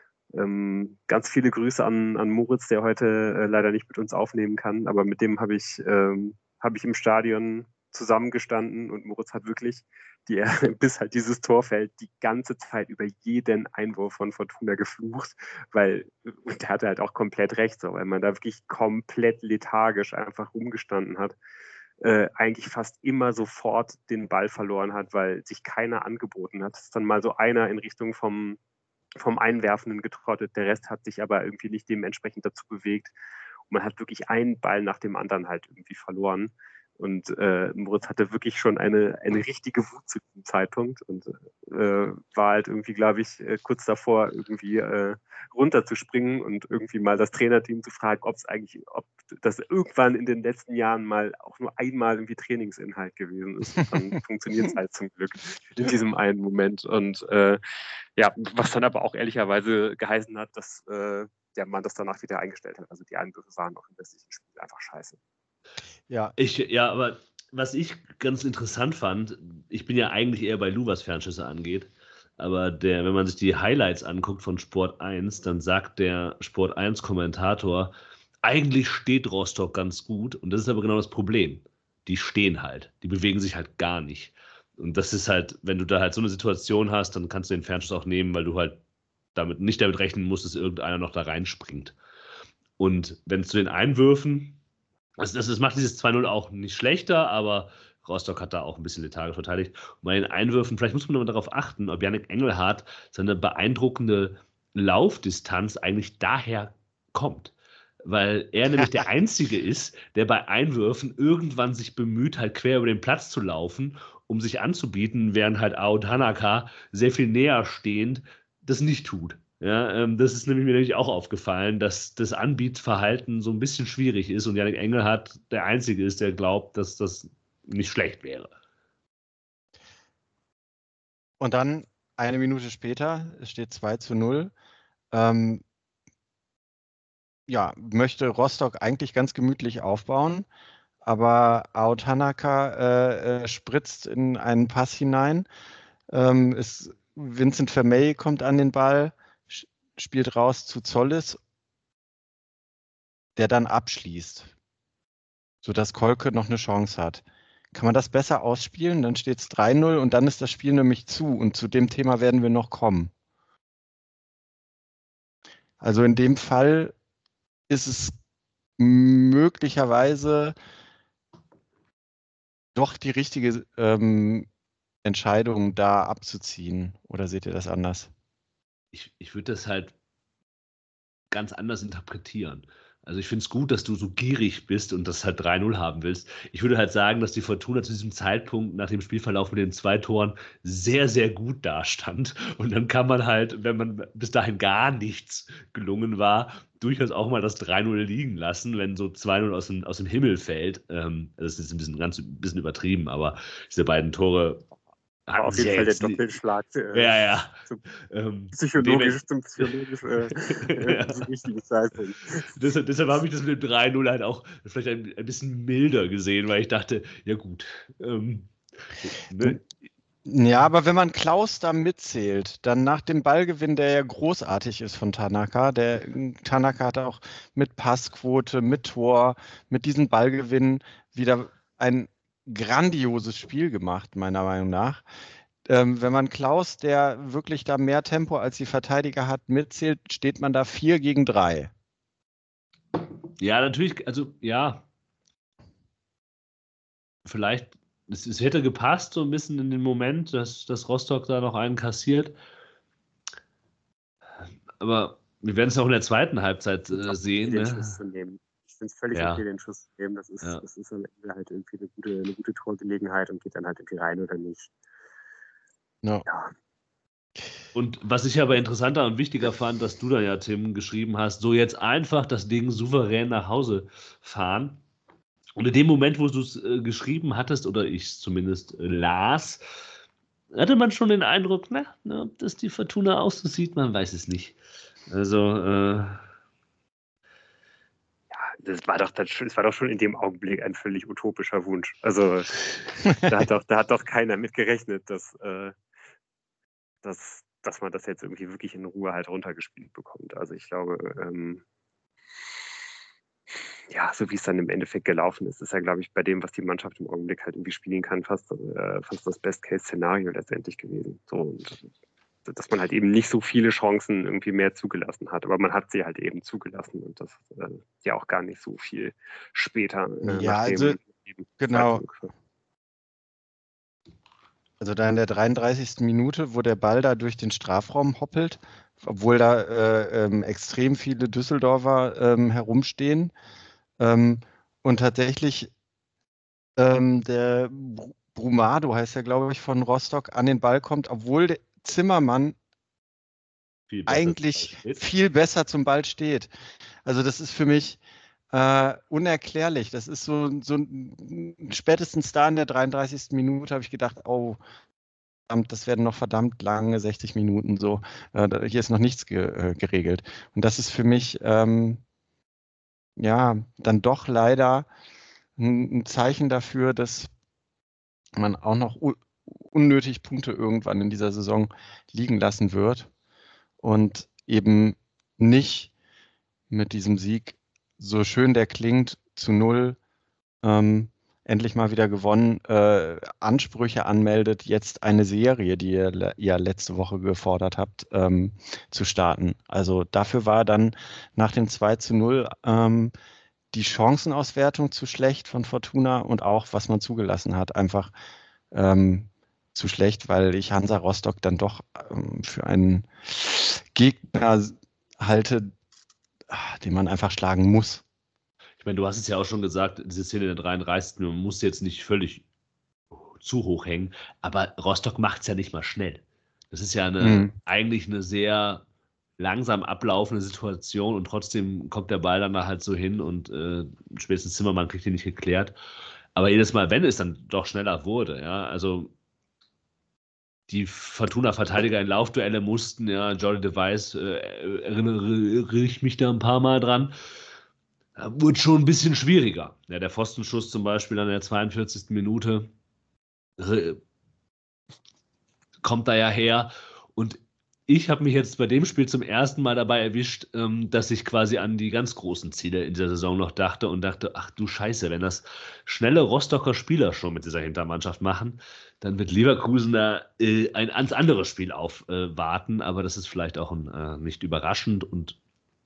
Ähm, ganz viele Grüße an, an Moritz, der heute äh, leider nicht mit uns aufnehmen kann, aber mit dem habe ich, ähm, hab ich im Stadion zusammengestanden und Moritz hat wirklich, die, bis halt dieses Tor fällt, die ganze Zeit über jeden Einwurf von Fortuna geflucht, weil und der hatte halt auch komplett recht, so, weil man da wirklich komplett lethargisch einfach rumgestanden hat. Äh, eigentlich fast immer sofort den Ball verloren hat, weil sich keiner angeboten hat. Es ist dann mal so einer in Richtung vom, vom Einwerfenden getrottet, der Rest hat sich aber irgendwie nicht dementsprechend dazu bewegt. Und man hat wirklich einen Ball nach dem anderen halt irgendwie verloren. Und äh, Moritz hatte wirklich schon eine, eine richtige Wut zu diesem Zeitpunkt und äh, war halt irgendwie, glaube ich, äh, kurz davor, irgendwie äh, runterzuspringen und irgendwie mal das Trainerteam zu fragen, ob es eigentlich, ob das irgendwann in den letzten Jahren mal auch nur einmal irgendwie Trainingsinhalt gewesen ist. Und dann funktioniert es halt zum Glück in diesem einen Moment. Und äh, ja, was dann aber auch ehrlicherweise geheißen hat, dass äh, der Mann das danach wieder eingestellt hat. Also die Einwürfe waren auch im restlichen Spiel einfach scheiße. Ja. Ich, ja, aber was ich ganz interessant fand, ich bin ja eigentlich eher bei Lou, was Fernschüsse angeht, aber der, wenn man sich die Highlights anguckt von Sport eins, dann sagt der Sport eins Kommentator, eigentlich steht Rostock ganz gut und das ist aber genau das Problem. Die stehen halt, die bewegen sich halt gar nicht. Und das ist halt, wenn du da halt so eine Situation hast, dann kannst du den Fernschuss auch nehmen, weil du halt damit nicht damit rechnen musst, dass irgendeiner noch da reinspringt. Und wenn zu den Einwürfen, also das, das macht dieses zwei null auch nicht schlechter, aber Rostock hat da auch ein bisschen lethargisch verteidigt. Und bei den Einwürfen, vielleicht muss man nochmal darauf achten, ob Yannick Engelhardt seine beeindruckende Laufdistanz eigentlich daher kommt. weil er nämlich der Einzige ist, der bei Einwürfen irgendwann sich bemüht, halt quer über den Platz zu laufen, um sich anzubieten, während halt Ao Tanaka sehr viel näher stehend das nicht tut. Ja, ähm, das ist nämlich mir nämlich auch aufgefallen, dass das Anbietverhalten so ein bisschen schwierig ist und Yannick Engelhardt der Einzige ist, der glaubt, dass das nicht schlecht wäre. Und dann eine Minute später, es steht zwei zu null, ähm, ja, möchte Rostock eigentlich ganz gemütlich aufbauen, aber Ao Tanaka äh, äh, spritzt in einen Pass hinein. Ähm, ist, Vincent Vermey kommt an den Ball, spielt raus zu Zollis, der dann abschließt, sodass Kolke noch eine Chance hat. Kann man das besser ausspielen? Dann steht es drei null und dann ist das Spiel nämlich zu und zu dem Thema werden wir noch kommen. Also in dem Fall ist es möglicherweise doch die richtige ähm, Entscheidung, da abzuziehen. Oder seht ihr das anders? Ich, ich würde das halt ganz anders interpretieren. Also ich finde es gut, dass du so gierig bist und das halt drei null haben willst. Ich würde halt sagen, dass die Fortuna zu diesem Zeitpunkt nach dem Spielverlauf mit den zwei Toren sehr, sehr gut dastand. Und dann kann man halt, wenn man bis dahin gar nichts gelungen war, durchaus auch mal das drei null liegen lassen, wenn so zwei null aus dem, aus dem Himmel fällt. Ähm, das ist ein bisschen, ganz, ein bisschen übertrieben, aber diese beiden Tore Aber auf jeden Fall der Doppelschlag. Äh, ja, ja. Zum ähm, psychologisch, zum psychologisch äh, äh, zum richtigen Zeitpunkt. Deshalb, deshalb habe ich das mit dem drei null halt auch vielleicht ein, ein bisschen milder gesehen, weil ich dachte, ja gut. Ähm, ne? Ja, aber wenn man Klaus da mitzählt, dann nach dem Ballgewinn, der ja großartig ist von Tanaka, der Tanaka hat auch mit Passquote, mit Tor, mit diesem Ballgewinn wieder ein grandioses Spiel gemacht, meiner Meinung nach. Ähm, wenn man Klaus, der wirklich da mehr Tempo als die Verteidiger hat, mitzählt, steht man da vier gegen drei. Ja, natürlich, also ja. Vielleicht, es, es hätte gepasst, so ein bisschen in den Moment, dass, dass Rostock da noch einen kassiert. Aber wir werden es auch in der zweiten Halbzeit äh, sehen. Den Ne? Schuss zu nehmen. Ich finde es völlig Ja. okay, den Schuss zu nehmen. Das ist, Ja. das ist am Ende halt irgendwie eine gute, eine gute Torgelegenheit und geht dann halt irgendwie rein oder nicht. No. Ja. Und was ich aber interessanter und wichtiger fand, dass du da ja, Tim, geschrieben hast, so jetzt einfach das Ding souverän nach Hause fahren. Und in dem Moment, wo du es äh, geschrieben hattest, oder ich es zumindest äh, las, hatte man schon den Eindruck, na, na, ob das die Fortuna auch so sieht, man weiß es nicht. Also, äh, Das war doch, das war doch schon in dem Augenblick ein völlig utopischer Wunsch. Also da hat doch, da hat doch keiner mit gerechnet, dass, äh, dass, dass man das jetzt irgendwie wirklich in Ruhe halt runtergespielt bekommt. Also ich glaube, ähm, ja, so wie es dann im Endeffekt gelaufen ist, ist ja, glaube ich, bei dem, was die Mannschaft im Augenblick halt irgendwie spielen kann, fast, äh, fast das Best-Case-Szenario letztendlich gewesen. So, und dass man halt eben nicht so viele Chancen irgendwie mehr zugelassen hat. Aber man hat sie halt eben zugelassen und das äh, ja auch gar nicht so viel später. Äh, Ja, also genau. Also da in der dreiunddreißigsten Minute, wo der Ball da durch den Strafraum hoppelt, obwohl da äh, ähm, extrem viele Düsseldorfer ähm, herumstehen ähm, und tatsächlich ähm, der Brumado heißt ja, glaube ich, von Rostock an den Ball kommt, obwohl der Zimmermann viel eigentlich viel besser zum Ball steht. Also das ist für mich äh, unerklärlich. Das ist so, so spätestens da in der dreiunddreißigsten Minute habe ich gedacht, oh, das werden noch verdammt lange sechzig Minuten so. Äh, hier ist noch nichts ge äh, geregelt. Und das ist für mich ähm, ja dann doch leider ein, ein Zeichen dafür, dass man auch noch unnötig Punkte irgendwann in dieser Saison liegen lassen wird und eben nicht mit diesem Sieg, so schön der klingt, zu null ähm, endlich mal wieder gewonnen, äh, Ansprüche anmeldet, jetzt eine Serie, die ihr ja letzte Woche gefordert habt, ähm, zu starten. Also dafür war dann nach dem zwei zu null ähm, die Chancenauswertung zu schlecht von Fortuna und auch, was man zugelassen hat, einfach ähm, zu schlecht, weil ich Hansa Rostock dann doch ähm, für einen Gegner halte, den man einfach schlagen muss. Ich meine, du hast es ja auch schon gesagt, diese Szene der dreiunddreißigsten Man muss jetzt nicht völlig zu hoch hängen, aber Rostock macht es ja nicht mal schnell. Das ist ja eine, Mhm. eigentlich eine sehr langsam ablaufende Situation und trotzdem kommt der Ball dann da halt so hin und äh, spätestens Zimmermann kriegt ihn nicht geklärt. Aber jedes Mal, wenn es dann doch schneller wurde, ja, also die Fortuna-Verteidiger in Laufduelle mussten, ja, Jordi de Wijs, äh, erinnere ich mich da ein paar Mal dran, äh, wurde schon ein bisschen schwieriger. Ja, der Pfostenschuss zum Beispiel an der zweiundvierzigsten Minute äh, kommt da ja her und ich habe mich jetzt bei dem Spiel zum ersten Mal dabei erwischt, ähm, dass ich quasi an die ganz großen Ziele in dieser Saison noch dachte und dachte, ach du Scheiße, wenn das schnelle Rostocker Spieler schon mit dieser Hintermannschaft machen, dann wird Leverkusen da äh, ein ganz anderes Spiel aufwarten, äh, aber das ist vielleicht auch ein, äh, nicht überraschend und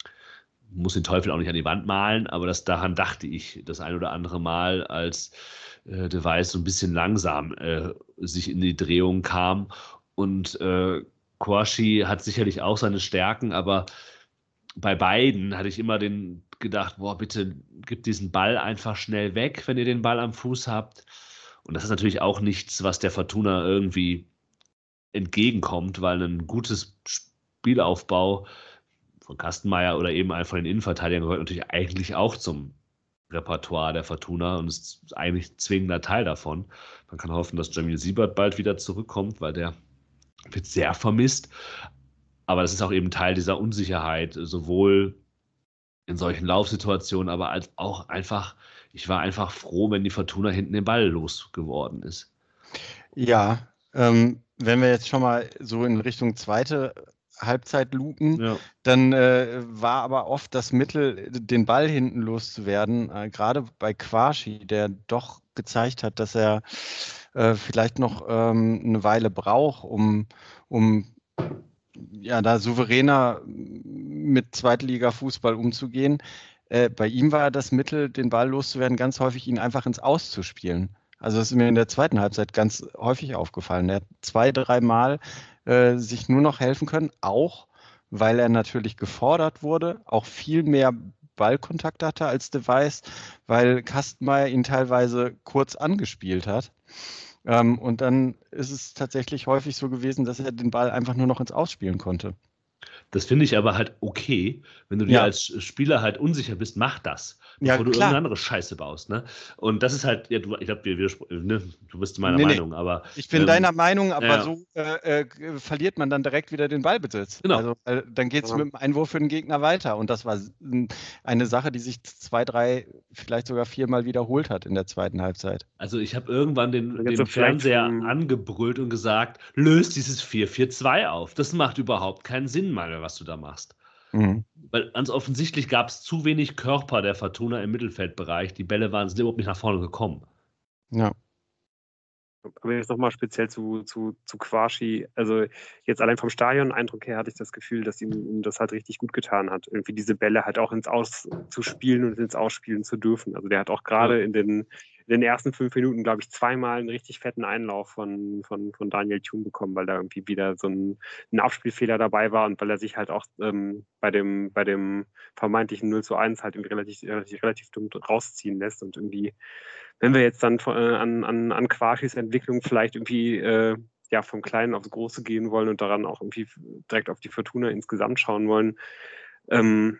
muss den Teufel auch nicht an die Wand malen, aber das, daran dachte ich das ein oder andere Mal, als äh, de Wijs so ein bisschen langsam äh, sich in die Drehung kam und äh, Kouachi hat sicherlich auch seine Stärken, aber bei beiden hatte ich immer den gedacht, boah, bitte gib diesen Ball einfach schnell weg, wenn ihr den Ball am Fuß habt. Und das ist natürlich auch nichts, was der Fortuna irgendwie entgegenkommt, weil ein gutes Spielaufbau von Kastenmeier oder eben einfach den Innenverteidigern gehört natürlich eigentlich auch zum Repertoire der Fortuna und ist eigentlich ein zwingender Teil davon. Man kann hoffen, dass Jamil Siebert bald wieder zurückkommt, weil der wird sehr vermisst. Aber das ist auch eben Teil dieser Unsicherheit, sowohl in solchen Laufsituationen, aber als auch einfach, ich war einfach froh, wenn die Fortuna hinten den Ball losgeworden ist. Ja, ähm, wenn wir jetzt schon mal so in Richtung zweite Halbzeit lupen, Ja. dann äh, war aber oft das Mittel, den Ball hinten loszuwerden, äh, gerade bei Kouachi, der doch gezeigt hat, dass er äh, vielleicht noch ähm, eine Weile braucht, um, um ja, da souveräner mit Zweitliga-Fußball umzugehen. Äh, bei ihm war das Mittel, den Ball loszuwerden, ganz häufig ihn einfach ins Aus zu spielen. Also das ist mir in der zweiten Halbzeit ganz häufig aufgefallen. Er hat zwei, dreimal äh, sich nur noch helfen können, auch weil er natürlich gefordert wurde, auch viel mehr Ballkontakt hatte als de Wijs, weil Kastenmeier ihn teilweise kurz angespielt hat. Ähm, und dann ist es tatsächlich häufig so gewesen, dass er den Ball einfach nur noch ins Ausspielen konnte. Das finde ich aber halt okay, wenn du dir Ja. als Spieler halt unsicher bist, mach das, Ja, bevor du klar. irgendeine andere Scheiße baust, ne? Und das ist halt, ja, du, ich glaube, wir, wir, ne, du bist meiner Nee, nee. Meinung, aber Ich bin ähm, deiner Meinung, aber ja. so äh, äh, verliert man dann direkt wieder den Ballbesitz. Genau. Also äh, dann geht es Ja. mit dem Einwurf für den Gegner weiter. Und das war s- n- eine Sache, die sich zwei, drei, vielleicht sogar viermal wiederholt hat in der zweiten Halbzeit. Also ich habe irgendwann den, Jetzt den so vielleicht Fernseher vom- angebrüllt und gesagt, löst dieses vier vier zwei auf. Das macht überhaupt keinen Sinn, Manuel, was du da machst. Mhm. Weil ganz offensichtlich gab es zu wenig Körper der Fortuna im Mittelfeldbereich. Die Bälle waren sind überhaupt nicht nach vorne gekommen. Ja. Aber jetzt nochmal speziell zu, zu, zu Kouachi. Also jetzt allein vom Stadion-Eindruck her hatte ich das Gefühl, dass ihm, ihm das halt richtig gut getan hat, irgendwie diese Bälle halt auch ins Aus zu spielen und ins Ausspielen zu dürfen. Also der hat auch gerade Ja. in den, in den ersten fünf Minuten, glaube ich, zweimal einen richtig fetten Einlauf von, von, von Daniel Thun bekommen, weil da irgendwie wieder so ein, ein Abspielfehler dabei war und weil er sich halt auch ähm, bei dem, bei dem vermeintlichen null zu eins halt irgendwie relativ, relativ, relativ dumm rausziehen lässt und irgendwie, wenn wir jetzt dann von, äh, an, an, an Kouachis Entwicklung vielleicht irgendwie äh, ja, vom Kleinen aufs Große gehen wollen und daran auch irgendwie direkt auf die Fortuna insgesamt schauen wollen. Ähm,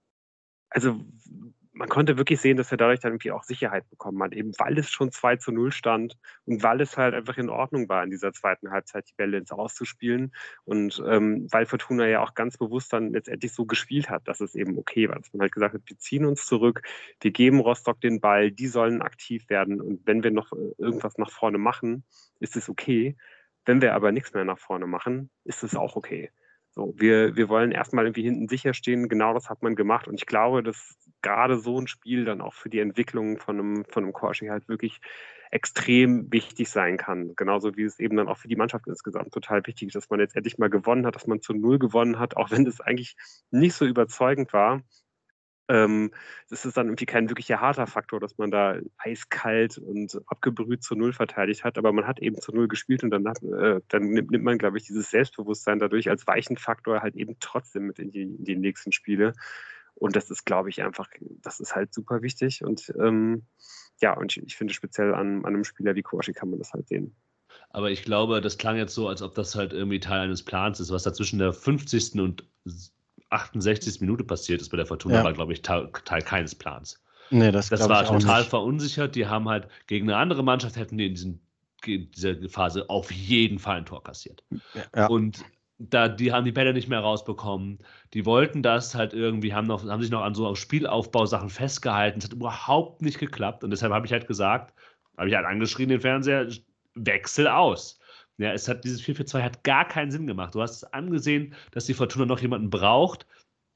also man konnte wirklich sehen, dass er dadurch dann irgendwie auch Sicherheit bekommen hat, eben weil es schon zwei zu null stand und weil es halt einfach in Ordnung war, in dieser zweiten Halbzeit die Bälle ins Auszuspielen und ähm, weil Fortuna ja auch ganz bewusst dann letztendlich so gespielt hat, dass es eben okay war, dass man halt gesagt hat, wir ziehen uns zurück, wir geben Rostock den Ball, die sollen aktiv werden und wenn wir noch irgendwas nach vorne machen, ist es okay. Wenn wir aber nichts mehr nach vorne machen, ist es auch okay. So, wir, wir wollen erstmal irgendwie hinten sicher stehen, genau das hat man gemacht und ich glaube, dass gerade so ein Spiel dann auch für die Entwicklung von einem, von einem Kouachi halt wirklich extrem wichtig sein kann. Genauso wie es eben dann auch für die Mannschaft insgesamt total wichtig ist, dass man jetzt endlich mal gewonnen hat, dass man zu Null gewonnen hat, auch wenn das eigentlich nicht so überzeugend war. Ähm, das ist dann irgendwie kein wirklicher harter Faktor, dass man da eiskalt und abgebrüht zu Null verteidigt hat, aber man hat eben zu Null gespielt und dann, hat, äh, dann nimmt, nimmt man, glaube ich, dieses Selbstbewusstsein dadurch als weichen Faktor halt eben trotzdem mit in die, in die nächsten Spiele. Und das ist, glaube ich, einfach, das ist halt super wichtig. Und ähm, ja, und ich, ich finde speziell an, an einem Spieler wie Kouachi kann man das halt sehen. Aber ich glaube, das klang jetzt so, als ob das halt irgendwie Teil eines Plans ist. Was da zwischen der fünfzigsten und achtundsechzigsten Minute passiert ist bei der Fortuna, Ja. war, glaube ich, Teil, Teil keines Plans. Nee, das, Das glaub war ich auch total nicht. verunsichert. Die haben halt gegen eine andere Mannschaft, hätten die in, diesen, in dieser Phase auf jeden Fall ein Tor kassiert. Ja. Und da, die haben die Bälle nicht mehr rausbekommen. Die wollten das halt irgendwie, haben, noch, haben sich noch an so Spielaufbausachen festgehalten. Es hat überhaupt nicht geklappt. Und deshalb habe ich halt gesagt, habe ich halt angeschrien, den Fernseher, Wechsel aus. Ja, es hat, dieses vier vier zwei hat gar keinen Sinn gemacht. Du hast es angesehen, dass die Fortuna noch jemanden braucht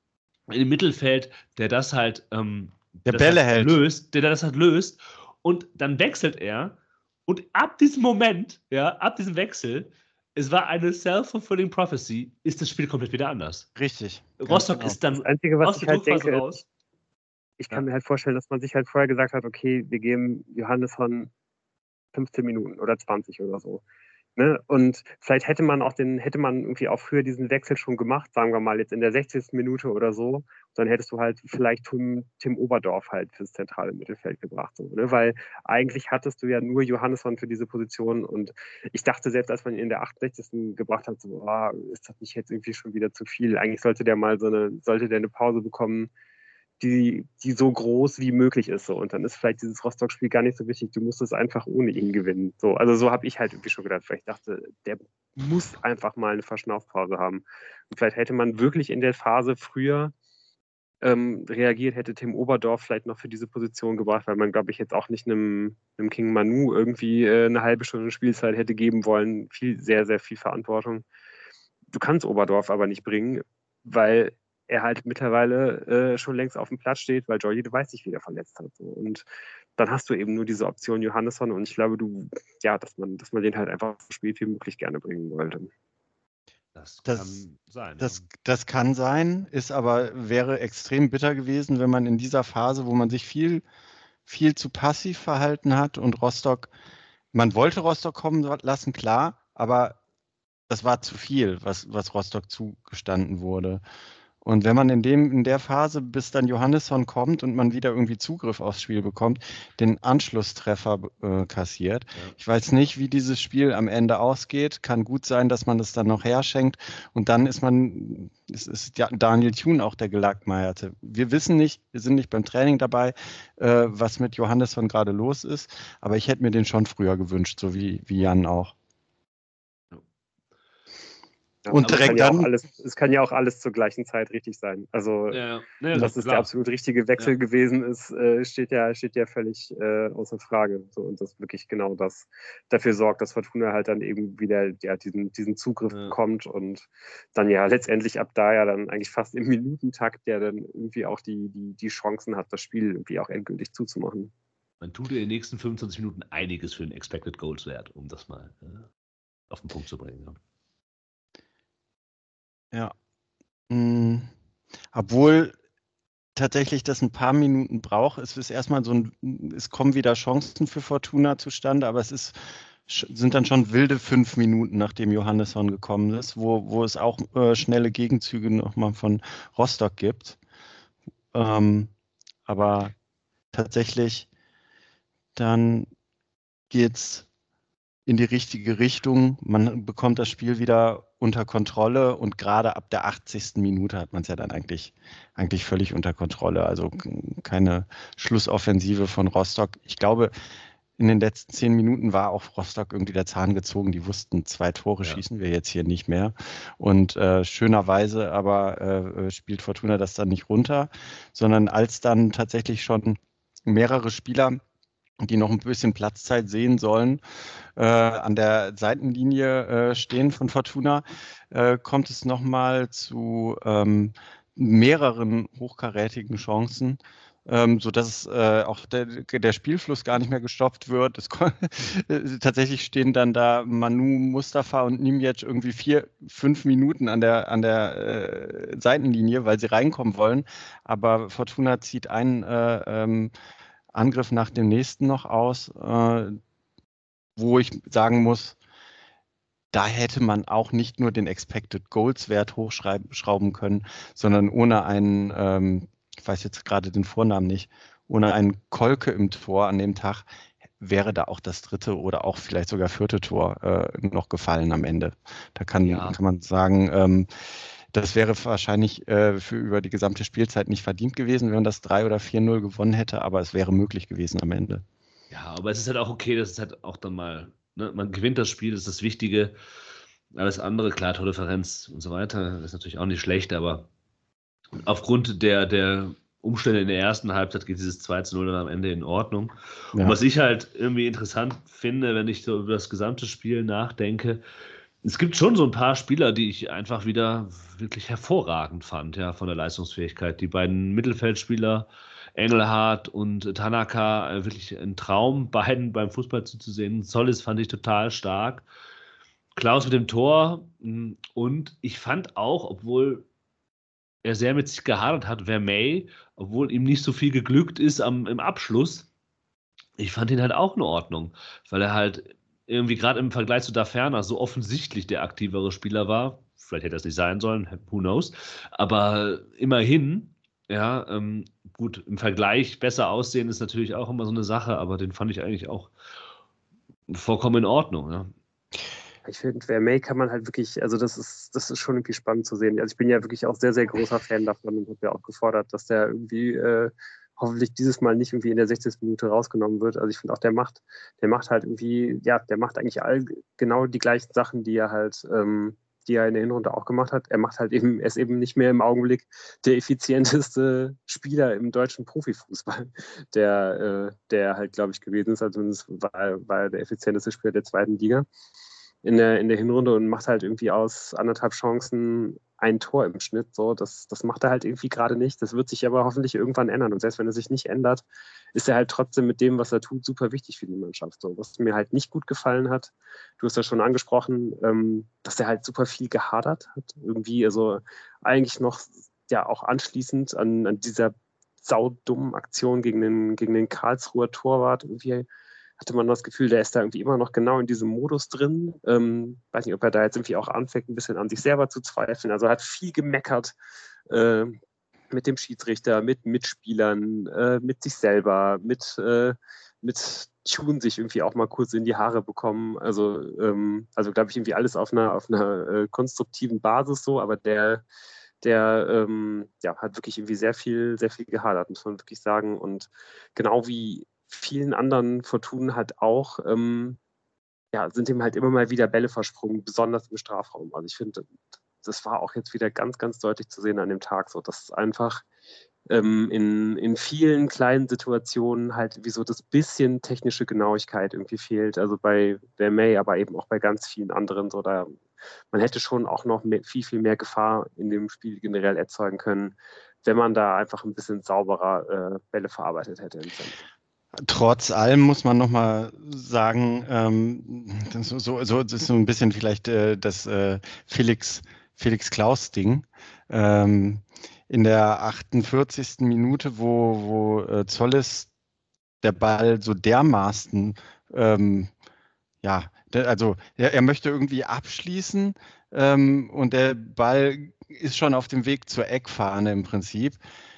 im Mittelfeld, der das halt, ähm, Der das Bälle halt hält. löst, der das halt löst. Und dann wechselt er. Und ab diesem Moment, ja, ab diesem Wechsel, es war eine self-fulfilling prophecy, ist das Spiel komplett wieder anders. Richtig. Rostock genau. ist dann Das Einzige, was aus ich der halt Druckphase denke, raus. ist, ich kann Ja. mir halt vorstellen, dass man sich halt vorher gesagt hat, okay, wir geben Johannesson fünfzehn Minuten oder zwanzig oder so. Ne? Und vielleicht hätte man auch den, hätte man irgendwie auch früher diesen Wechsel schon gemacht, sagen wir mal jetzt in der sechzigsten Minute oder so. Dann hättest du halt vielleicht Tim, Tim Oberdorf halt fürs zentrale Mittelfeld gebracht. So, ne? Weil eigentlich hattest du ja nur Johannesson für diese Position und ich dachte selbst, als man ihn in der achtundsechzigsten gebracht hat, so, oh, ist das nicht jetzt irgendwie schon wieder zu viel? Eigentlich sollte der mal so eine, sollte der eine Pause bekommen, die, die so groß wie möglich ist. So. Und dann ist vielleicht dieses Rostock-Spiel gar nicht so wichtig. Du musst es einfach ohne ihn gewinnen. So, also so habe ich halt irgendwie schon gedacht, weil ich dachte, der muss einfach mal eine Verschnaufpause haben. Und vielleicht hätte man wirklich in der Phase früher ähm, reagiert, hätte Tim Oberdorf vielleicht noch für diese Position gebracht, weil man, glaube ich, jetzt auch nicht einem, einem King Manu irgendwie äh, eine halbe Stunde Spielzeit hätte geben wollen. Viel, sehr, sehr viel Verantwortung. Du kannst Oberdorf aber nicht bringen, weil er halt mittlerweile äh, schon längst auf dem Platz steht, weil Jordi de Weiß sich wieder verletzt hat. So. Und dann hast du eben nur diese Option Johannesson und ich glaube, du, ja, dass man, dass man den halt einfach so spät wie möglich gerne bringen wollte. Das, Das, kann sein. das, ja. das kann sein, ist aber, wäre extrem bitter gewesen, wenn man in dieser Phase, wo man sich viel, viel zu passiv verhalten hat und Rostock, man wollte Rostock kommen lassen, klar, aber das war zu viel, was, was Rostock zugestanden wurde. Und wenn man in dem, in der Phase, bis dann Johannesson kommt und man wieder irgendwie Zugriff aufs Spiel bekommt, den Anschlusstreffer äh, kassiert. Ja. Ich weiß nicht, wie dieses Spiel am Ende ausgeht. Kann gut sein, dass man das dann noch herschenkt. Und dann ist man, es ist ja Daniel Thun auch der Gelackmeierte. Wir wissen nicht, wir sind nicht beim Training dabei, äh, was mit Johannesson gerade los ist. Aber ich hätte mir den schon früher gewünscht, so wie, wie Jan auch. Ja, und es, kann direkt ja auch dann, alles, es kann ja auch alles zur gleichen Zeit richtig sein. Also, Ja, ja, dass es klar. der absolut richtige Wechsel Ja. gewesen ist, äh, steht ja, steht ja völlig äh, außer Frage. So, und das wirklich genau das dafür sorgt, dass Fortuna halt dann eben wieder ja, diesen, diesen Zugriff Ja. bekommt und dann ja letztendlich ab da ja dann eigentlich fast im Minutentakt, der dann irgendwie auch die, die, die Chancen hat, das Spiel irgendwie auch endgültig zuzumachen. Man tut in den nächsten fünfundzwanzig Minuten einiges für den Expected Goals Wert, um das mal äh, auf den Punkt zu bringen. Ja. Ja. Mhm. Obwohl tatsächlich das ein paar Minuten braucht. Es ist erstmal so ein, es kommen wieder Chancen für Fortuna zustande, aber es ist, sind dann schon wilde fünf Minuten, nachdem Johannesson gekommen ist, wo, wo es auch äh, schnelle Gegenzüge nochmal von Rostock gibt. Ähm, aber tatsächlich dann geht's in die richtige Richtung. Man bekommt das Spiel wieder unter Kontrolle und gerade ab der achtzigsten Minute hat man es ja dann eigentlich, eigentlich völlig unter Kontrolle. Also keine Schlussoffensive von Rostock. Ich glaube, in den letzten zehn Minuten war auch Rostock irgendwie der Zahn gezogen. Die wussten, zwei Tore Ja. schießen wir jetzt hier nicht mehr. Und äh, schönerweise aber äh, spielt Fortuna das dann nicht runter, sondern als dann tatsächlich schon mehrere Spieler, die noch ein bisschen Platzzeit sehen sollen, äh, an der Seitenlinie äh, stehen von Fortuna, äh, kommt es nochmal zu ähm, mehreren hochkarätigen Chancen, ähm, sodass äh, auch der, der Spielfluss gar nicht mehr gestoppt wird. Es tatsächlich stehen dann da Manu, Mustafa und Nimjetsch irgendwie vier, fünf Minuten an der, an der äh, Seitenlinie, weil sie reinkommen wollen. Aber Fortuna zieht einen äh, ähm, Angriff nach dem nächsten noch aus, äh, wo ich sagen muss, da hätte man auch nicht nur den Expected Goals Wert hochschrauben können, sondern ohne einen ähm, weiß jetzt gerade den Vornamen nicht, ohne einen Kolke im Tor an dem Tag wäre da auch das dritte oder auch vielleicht sogar vierte Tor äh, noch gefallen am Ende. Da kann, Ja. kann man sagen, ähm, das wäre wahrscheinlich äh, für über die gesamte Spielzeit nicht verdient gewesen, wenn man das drei oder vier null gewonnen hätte, aber es wäre möglich gewesen am Ende. Ja, aber es ist halt auch okay, dass es halt auch dann mal, ne, man gewinnt das Spiel, das ist das Wichtige. Alles andere, klar, Tordifferenz und so weiter, ist natürlich auch nicht schlecht, aber aufgrund der, der Umstände in der ersten Halbzeit geht dieses zwei zu null dann am Ende in Ordnung. Ja. Und was ich halt irgendwie interessant finde, wenn ich so über das gesamte Spiel nachdenke, es gibt schon so ein paar Spieler, die ich einfach wieder wirklich hervorragend fand, ja, von der Leistungsfähigkeit. Die beiden Mittelfeldspieler, Engelhardt und Tanaka, äh, wirklich ein Traum, beiden beim Fußball zuzusehen. Sollis fand ich total stark. Klaus mit dem Tor. mh, Und ich fand auch, obwohl er sehr mit sich gehadert hat, Vermey, obwohl ihm nicht so viel geglückt ist am, im Abschluss, ich fand ihn halt auch in Ordnung, weil er halt irgendwie gerade im Vergleich zu Daferner so offensichtlich der aktivere Spieler war. Vielleicht hätte er es nicht sein sollen, who knows. Aber immerhin, ja, ähm, gut, im Vergleich besser aussehen ist natürlich auch immer so eine Sache, aber den fand ich eigentlich auch vollkommen in Ordnung. Ja. Ich finde, Vermey kann man halt wirklich, also das ist, das ist schon irgendwie spannend zu sehen. Also ich bin ja wirklich auch sehr, sehr großer Fan davon und habe ja auch gefordert, dass der irgendwie äh, hoffentlich dieses Mal nicht irgendwie in der sechzigsten Minute rausgenommen wird. Also ich finde auch, der macht, der macht halt irgendwie, ja, der macht eigentlich all genau die gleichen Sachen, die er halt, ähm, die er in der Hinrunde auch gemacht hat. Er macht halt eben, er ist eben nicht mehr im Augenblick der effizienteste Spieler im deutschen Profifußball, der, äh, der halt, glaube ich, gewesen ist. Also zumindest war, war er der effizienteste Spieler der zweiten Liga in der, in der Hinrunde und macht halt irgendwie aus anderthalb Chancen ein Tor im Schnitt. So, das, das macht er halt irgendwie gerade nicht. Das wird sich aber hoffentlich irgendwann ändern. Und selbst wenn er sich nicht ändert, ist er halt trotzdem mit dem, was er tut, super wichtig für die Mannschaft. So, was mir halt nicht gut gefallen hat, du hast ja schon angesprochen, ähm, dass er halt super viel gehadert hat. Irgendwie, also eigentlich noch ja auch anschließend an, an dieser saudummen Aktion gegen den, gegen den Karlsruher Torwart irgendwie hatte man das Gefühl, der ist da irgendwie immer noch genau in diesem Modus drin. Ähm, weiß nicht, ob er da jetzt irgendwie auch anfängt, ein bisschen an sich selber zu zweifeln. Also er hat viel gemeckert äh, mit dem Schiedsrichter, mit Mitspielern, äh, mit sich selber, mit, äh, mit Tune sich irgendwie auch mal kurz in die Haare bekommen. Also, ähm, also glaube ich, irgendwie alles auf einer, auf einer äh, konstruktiven Basis so, aber der der ähm, ja, hat wirklich irgendwie sehr viel, sehr viel gehadert, muss man wirklich sagen. Und genau wie vielen anderen Fortunen halt auch, ähm, ja, sind ihm halt immer mal wieder Bälle versprungen, besonders im Strafraum. Also ich finde, das war auch jetzt wieder ganz, ganz deutlich zu sehen an dem Tag, so dass einfach ähm, in, in vielen kleinen Situationen halt wie so das bisschen technische Genauigkeit irgendwie fehlt. Also bei Vermey, aber eben auch bei ganz vielen anderen so, da man hätte schon auch noch mehr, viel, viel mehr Gefahr in dem Spiel generell erzeugen können, wenn man da einfach ein bisschen sauberer äh, Bälle verarbeitet hätte im Zentrum. Trotz allem muss man nochmal sagen, ähm, das, so, so, das ist so ein bisschen vielleicht äh, das äh, Felix, Felix Klaus-Ding. Ähm, in der achtundvierzigsten Minute, wo, wo äh, Zolles der Ball so dermaßen, ähm, ja, der, also er, er möchte irgendwie abschließen ähm, und der Ball ist schon auf dem Weg zur Eckfahne im Prinzip.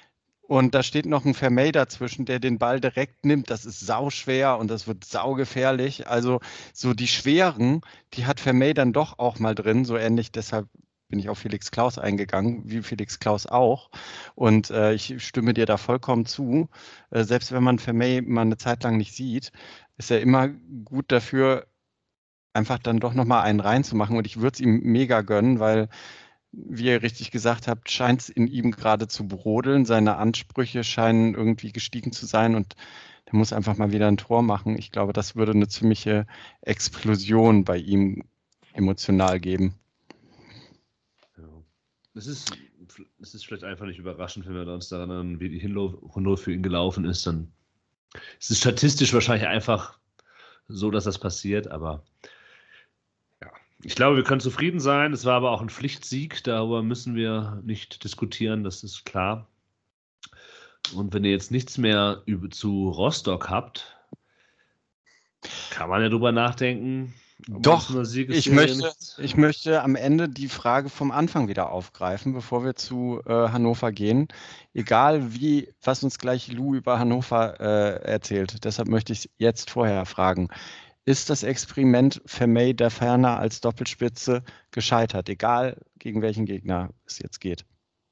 Und da steht noch ein Vermey dazwischen, der den Ball direkt nimmt. Das ist sauschwer und das wird saugefährlich. Also so die Schweren, die hat Vermey dann doch auch mal drin. So ähnlich, deshalb bin ich auf Felix Klaus eingegangen, wie Felix Klaus auch. Und äh, ich stimme dir da vollkommen zu. Äh, selbst wenn man Vermey mal eine Zeit lang nicht sieht, ist er immer gut dafür, einfach dann doch nochmal einen reinzumachen. Und ich würde es ihm mega gönnen, weil wie ihr richtig gesagt habt, scheint es in ihm gerade zu brodeln. Seine Ansprüche scheinen irgendwie gestiegen zu sein und er muss einfach mal wieder ein Tor machen. Ich glaube, das würde eine ziemliche Explosion bei ihm emotional geben. Ja. Es ist, es ist vielleicht einfach nicht überraschend, wenn wir uns daran erinnern, wie die Hinrunde für ihn gelaufen ist. Dann ist es statistisch wahrscheinlich einfach so, dass das passiert, aber ja. Ich glaube, wir können zufrieden sein. Es war aber auch ein Pflichtsieg. Darüber müssen wir nicht diskutieren, das ist klar. Und wenn ihr jetzt nichts mehr über, zu Rostock habt, kann man ja drüber nachdenken, Doch, eine ich Siegesserie möchte, nicht. ich möchte am Ende die Frage vom Anfang wieder aufgreifen, bevor wir zu äh, Hannover gehen. Egal wie, was uns gleich Lou über Hannover äh, erzählt. Deshalb möchte ich jetzt vorher fragen. Ist das Experiment Vermey der Ferner als Doppelspitze gescheitert, egal gegen welchen Gegner es jetzt geht?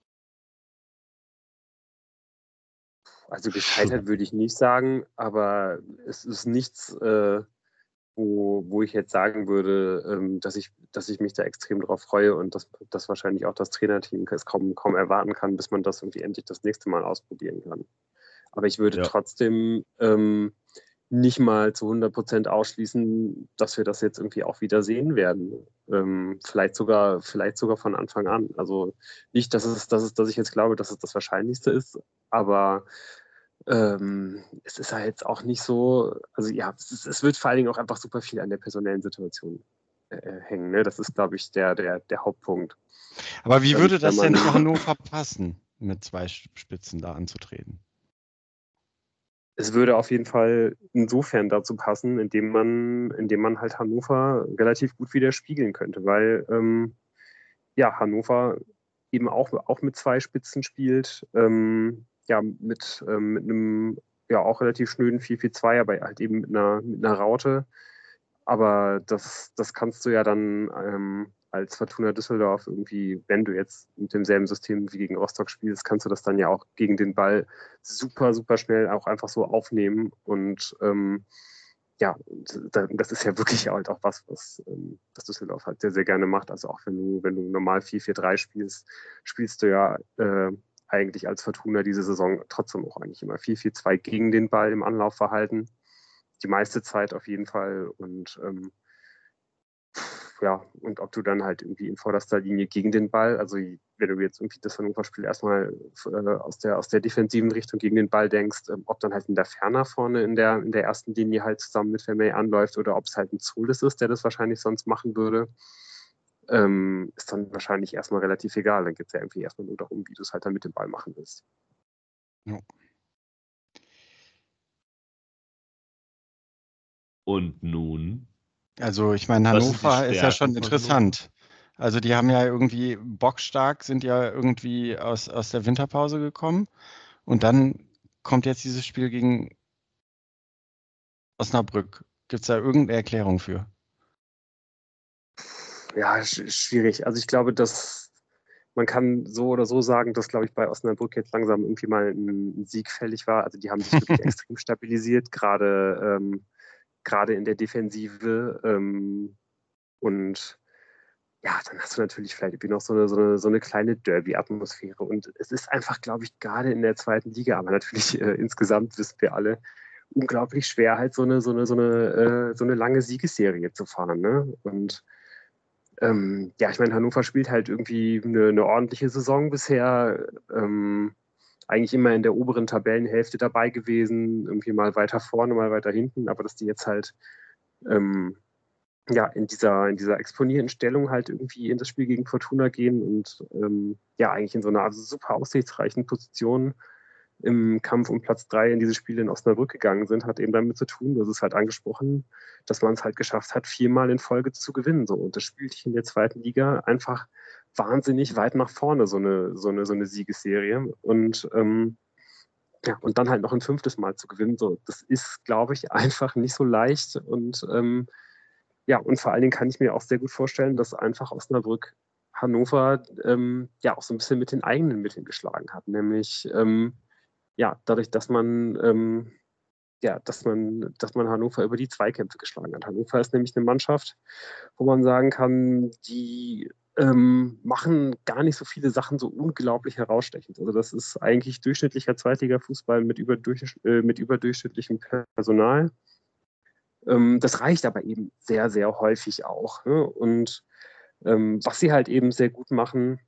Also gescheitert würde ich nicht sagen, aber es ist nichts, äh, wo, wo ich jetzt sagen würde, ähm, dass ich, dass ich mich da extrem drauf freue und dass, dass wahrscheinlich auch das Trainerteam es kaum, kaum erwarten kann, bis man das irgendwie endlich das nächste Mal ausprobieren kann. Aber ich würde Ja. trotzdem ähm, nicht mal zu hundert Prozent ausschließen, dass wir das jetzt irgendwie auch wieder sehen werden. Ähm, vielleicht sogar, vielleicht sogar von Anfang an. Also nicht, dass es, dass es, dass ich jetzt glaube, dass es das Wahrscheinlichste ist, aber ähm, es ist halt jetzt auch nicht so, also ja, es, ist, es wird vor allen Dingen auch einfach super viel an der personellen Situation äh, hängen. Ne? Das ist, glaube ich, der, der, der Hauptpunkt. Aber wie Wenn, würde wenn das denn man, zu Hannover passen, mit zwei Spitzen da anzutreten? es würde auf jeden Fall insofern dazu passen, indem man, indem man halt Hannover relativ gut widerspiegeln könnte, weil ähm, ja, Hannover eben auch, auch mit zwei Spitzen spielt, ähm, ja, mit, ähm, mit einem ja auch relativ schnöden vier vier zwei, aber halt eben mit einer, mit einer Raute. Aber das, das kannst du ja dann ähm, als Fortuna Düsseldorf irgendwie, wenn du jetzt mit demselben System wie gegen Rostock spielst, kannst du das dann ja auch gegen den Ball super, super schnell auch einfach so aufnehmen. Und ähm, ja, das ist ja wirklich halt auch was, was ähm, das Düsseldorf halt sehr, sehr gerne macht. Also auch wenn du, wenn du normal vier vier drei spielst, spielst du ja äh, eigentlich als Fortuna diese Saison trotzdem auch eigentlich immer vier vier zwei gegen den Ball im Anlaufverhalten. Die meiste Zeit auf jeden Fall. Und ähm, ja, und ob du dann halt irgendwie in vorderster Linie gegen den Ball, also wenn du jetzt irgendwie das Hannover-Spiel erstmal äh, aus, der, aus der defensiven Richtung gegen den Ball denkst, ähm, ob dann halt in der Ferner vorne in der, in der ersten Linie halt zusammen mit Vermey anläuft oder ob es halt ein Zulis ist, der das wahrscheinlich sonst machen würde, ähm, ist dann wahrscheinlich erstmal relativ egal. Dann geht es ja irgendwie erstmal nur darum, wie du es halt dann mit dem Ball machen willst. Ja. Und nun? Also ich meine, Was sind die Hannover ist ja schon Stärken von Hannover? interessant. Also die haben ja irgendwie bockstark, sind ja irgendwie aus, aus der Winterpause gekommen. Und dann kommt jetzt dieses Spiel gegen Osnabrück. Gibt es da irgendeine Erklärung für? Ja, sch schwierig. Also ich glaube, dass man kann so oder so sagen, dass, glaube ich, bei Osnabrück jetzt langsam irgendwie mal ein Sieg fällig war. Also die haben sich wirklich extrem stabilisiert, gerade ähm, gerade in der Defensive. Ähm, und ja, dann hast du natürlich vielleicht irgendwie noch so eine, so eine, so eine kleine Derby-Atmosphäre. Und es ist einfach, glaube ich, gerade in der zweiten Liga, aber natürlich äh, insgesamt wissen wir alle, unglaublich schwer, halt so eine, so eine, so eine, äh, so eine lange Siegesserie zu fahren. Ne? Und ähm, ja, ich meine, Hannover spielt halt irgendwie eine, eine ordentliche Saison bisher. Ähm, eigentlich immer in der oberen Tabellenhälfte dabei gewesen, irgendwie mal weiter vorne, mal weiter hinten, aber dass die jetzt halt ähm, ja, in dieser, in dieser exponierten Stellung halt irgendwie in das Spiel gegen Fortuna gehen und ähm, ja, eigentlich in so einer super aussichtsreichen Position im Kampf um Platz drei in diese Spiele in Osnabrück gegangen sind, hat eben damit zu tun, das ist halt angesprochen, dass man es halt geschafft hat, viermal in Folge zu gewinnen. So. Und das spielt sich in der zweiten Liga einfach wahnsinnig weit nach vorne, so eine, so eine, so eine Siegesserie. Und ähm, ja, und dann halt noch ein fünftes Mal zu gewinnen, so, das ist, glaube ich, einfach nicht so leicht. Und ähm, ja, und vor allen Dingen kann ich mir auch sehr gut vorstellen, dass einfach Osnabrück Hannover ähm, ja auch so ein bisschen mit den eigenen Mitteln geschlagen hat. Nämlich ähm, ja, dadurch, dass man ähm, ja, dass man, dass man Hannover über die Zweikämpfe geschlagen hat. Hannover ist nämlich eine Mannschaft, wo man sagen kann, die ähm, machen gar nicht so viele Sachen so unglaublich herausstechend. Also das ist eigentlich durchschnittlicher Zweitliga-Fußball mit, überdurch, äh, mit überdurchschnittlichem Personal. Ähm, das reicht aber eben sehr, sehr häufig auch. Ne? Und ähm, was sie halt eben sehr gut machen,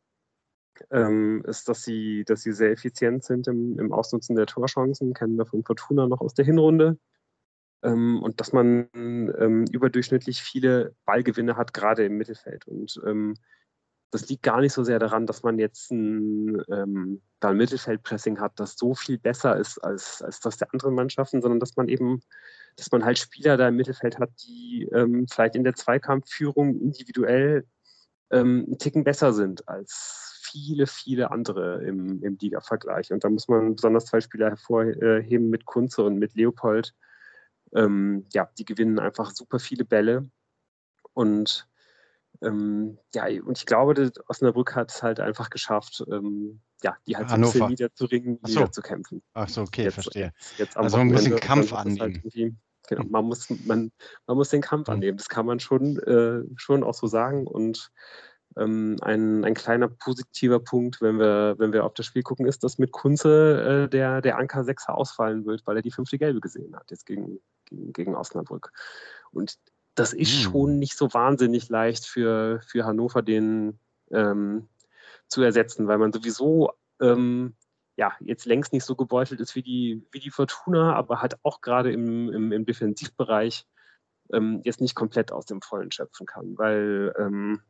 ähm, ist, dass sie, dass sie sehr effizient sind im, im Ausnutzen der Torchancen, kennen wir von Fortuna noch aus der Hinrunde. Ähm, und dass man ähm, überdurchschnittlich viele Ballgewinne hat, gerade im Mittelfeld. Und ähm, das liegt gar nicht so sehr daran, dass man jetzt ein, ähm, da ein Mittelfeldpressing hat, das so viel besser ist als, als das der anderen Mannschaften, sondern dass man eben, dass man halt Spieler da im Mittelfeld hat, die ähm, vielleicht in der Zweikampfführung individuell ähm, einen Ticken besser sind als viele, viele andere im, im Liga-Vergleich. Und da muss man besonders zwei Spieler hervorheben mit Kunze und mit Leopold. Ähm, ja, die gewinnen einfach super viele Bälle. Und ähm, ja, und ich glaube, dass Osnabrück hat es halt einfach geschafft, ähm, ja, die halt so ein bisschen Hannover. niederzuringen, Ach so. niederzukämpfen. Ach so, okay, Jetzt, verstehe. jetzt, jetzt am Also man muss den Wochenende. Und Kampf dann hat das halt annehmen. irgendwie, genau, man muss, man, man muss den Kampf Hm. annehmen. Das kann man schon, äh, schon auch so sagen. Und ähm, ein, ein kleiner positiver Punkt, wenn wir, wenn wir auf das Spiel gucken, ist, dass mit Kunze äh, der, der Anker Sechser ausfallen wird, weil er die fünfte Gelbe gesehen hat, jetzt gegen, gegen, gegen Osnabrück. Und das ist Hm. schon nicht so wahnsinnig leicht für, für Hannover, den ähm, zu ersetzen, weil man sowieso ähm, ja, jetzt längst nicht so gebeutelt ist wie die, wie die Fortuna, aber hat auch gerade im, im, im Defensivbereich ähm, jetzt nicht komplett aus dem Vollen schöpfen kann, weil ähm,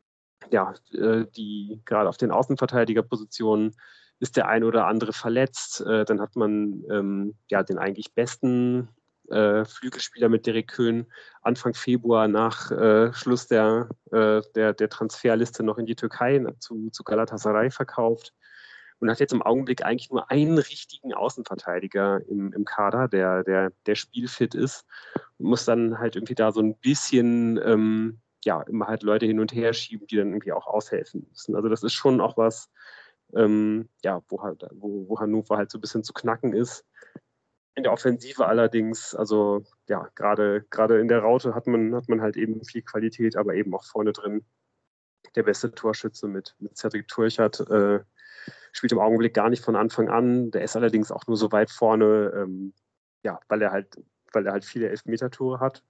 ja, äh, die gerade auf den Außenverteidigerpositionen ist der ein oder andere verletzt. Äh, dann hat man ähm, ja den eigentlich besten äh, Flügelspieler mit Derek Köhn Anfang Februar nach äh, Schluss der, äh, der, der Transferliste noch in die Türkei zu, zu Galatasaray verkauft und hat jetzt im Augenblick eigentlich nur einen richtigen Außenverteidiger im, im Kader, der, der, der spielfit ist und muss dann halt irgendwie da so ein bisschen ähm, ja, immer halt Leute hin und her schieben, die dann irgendwie auch aushelfen müssen. Also das ist schon auch was, ähm, ja, wo, halt, wo, wo Hannover halt so ein bisschen zu knacken ist. In der Offensive allerdings, also ja, gerade gerade in der Raute hat man, hat man halt eben viel Qualität, aber eben auch vorne drin. Der beste Torschütze mit, mit Cedric Turchert äh, spielt im Augenblick gar nicht von Anfang an. Der ist allerdings auch nur so weit vorne, ähm, ja, weil er halt, weil er halt viele Elfmeter-Tore hat.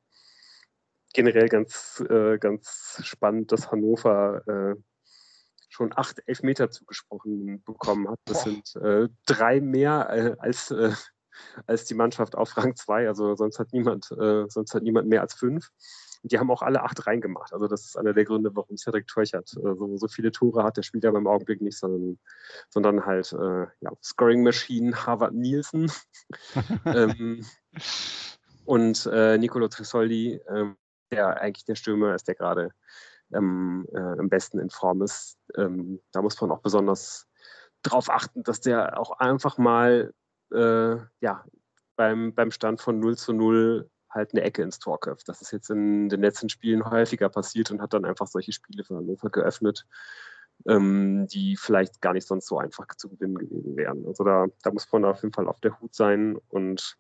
Generell ganz, äh, ganz spannend, dass Hannover äh, schon acht Elfmeter zugesprochen bekommen hat. Das Boah. sind äh, drei mehr äh, als, äh, als die Mannschaft auf Rang zwei. Also sonst hat niemand, äh, sonst hat niemand mehr als fünf. Und die haben auch alle acht reingemacht. Also das ist einer der Gründe, warum Cedric Turchert äh, so, so viele Tore hat. Der spielt aber im Augenblick nicht, sondern, sondern halt äh, ja, Scoring Machine Harvard Nielsen ähm, und äh, Nicolo Tresoldi, ähm, der eigentlich der Stürmer ist, der gerade ähm, äh, am besten in Form ist. Ähm, da muss man auch besonders darauf achten, dass der auch einfach mal äh, ja, beim, beim Stand von null zu null halt eine Ecke ins Tor köpft. Das ist jetzt in den letzten Spielen häufiger passiert und hat dann einfach solche Spiele für Hannover geöffnet, ähm, die vielleicht gar nicht sonst so einfach zu gewinnen gewesen wären. Also da, da muss man auf jeden Fall auf der Hut sein und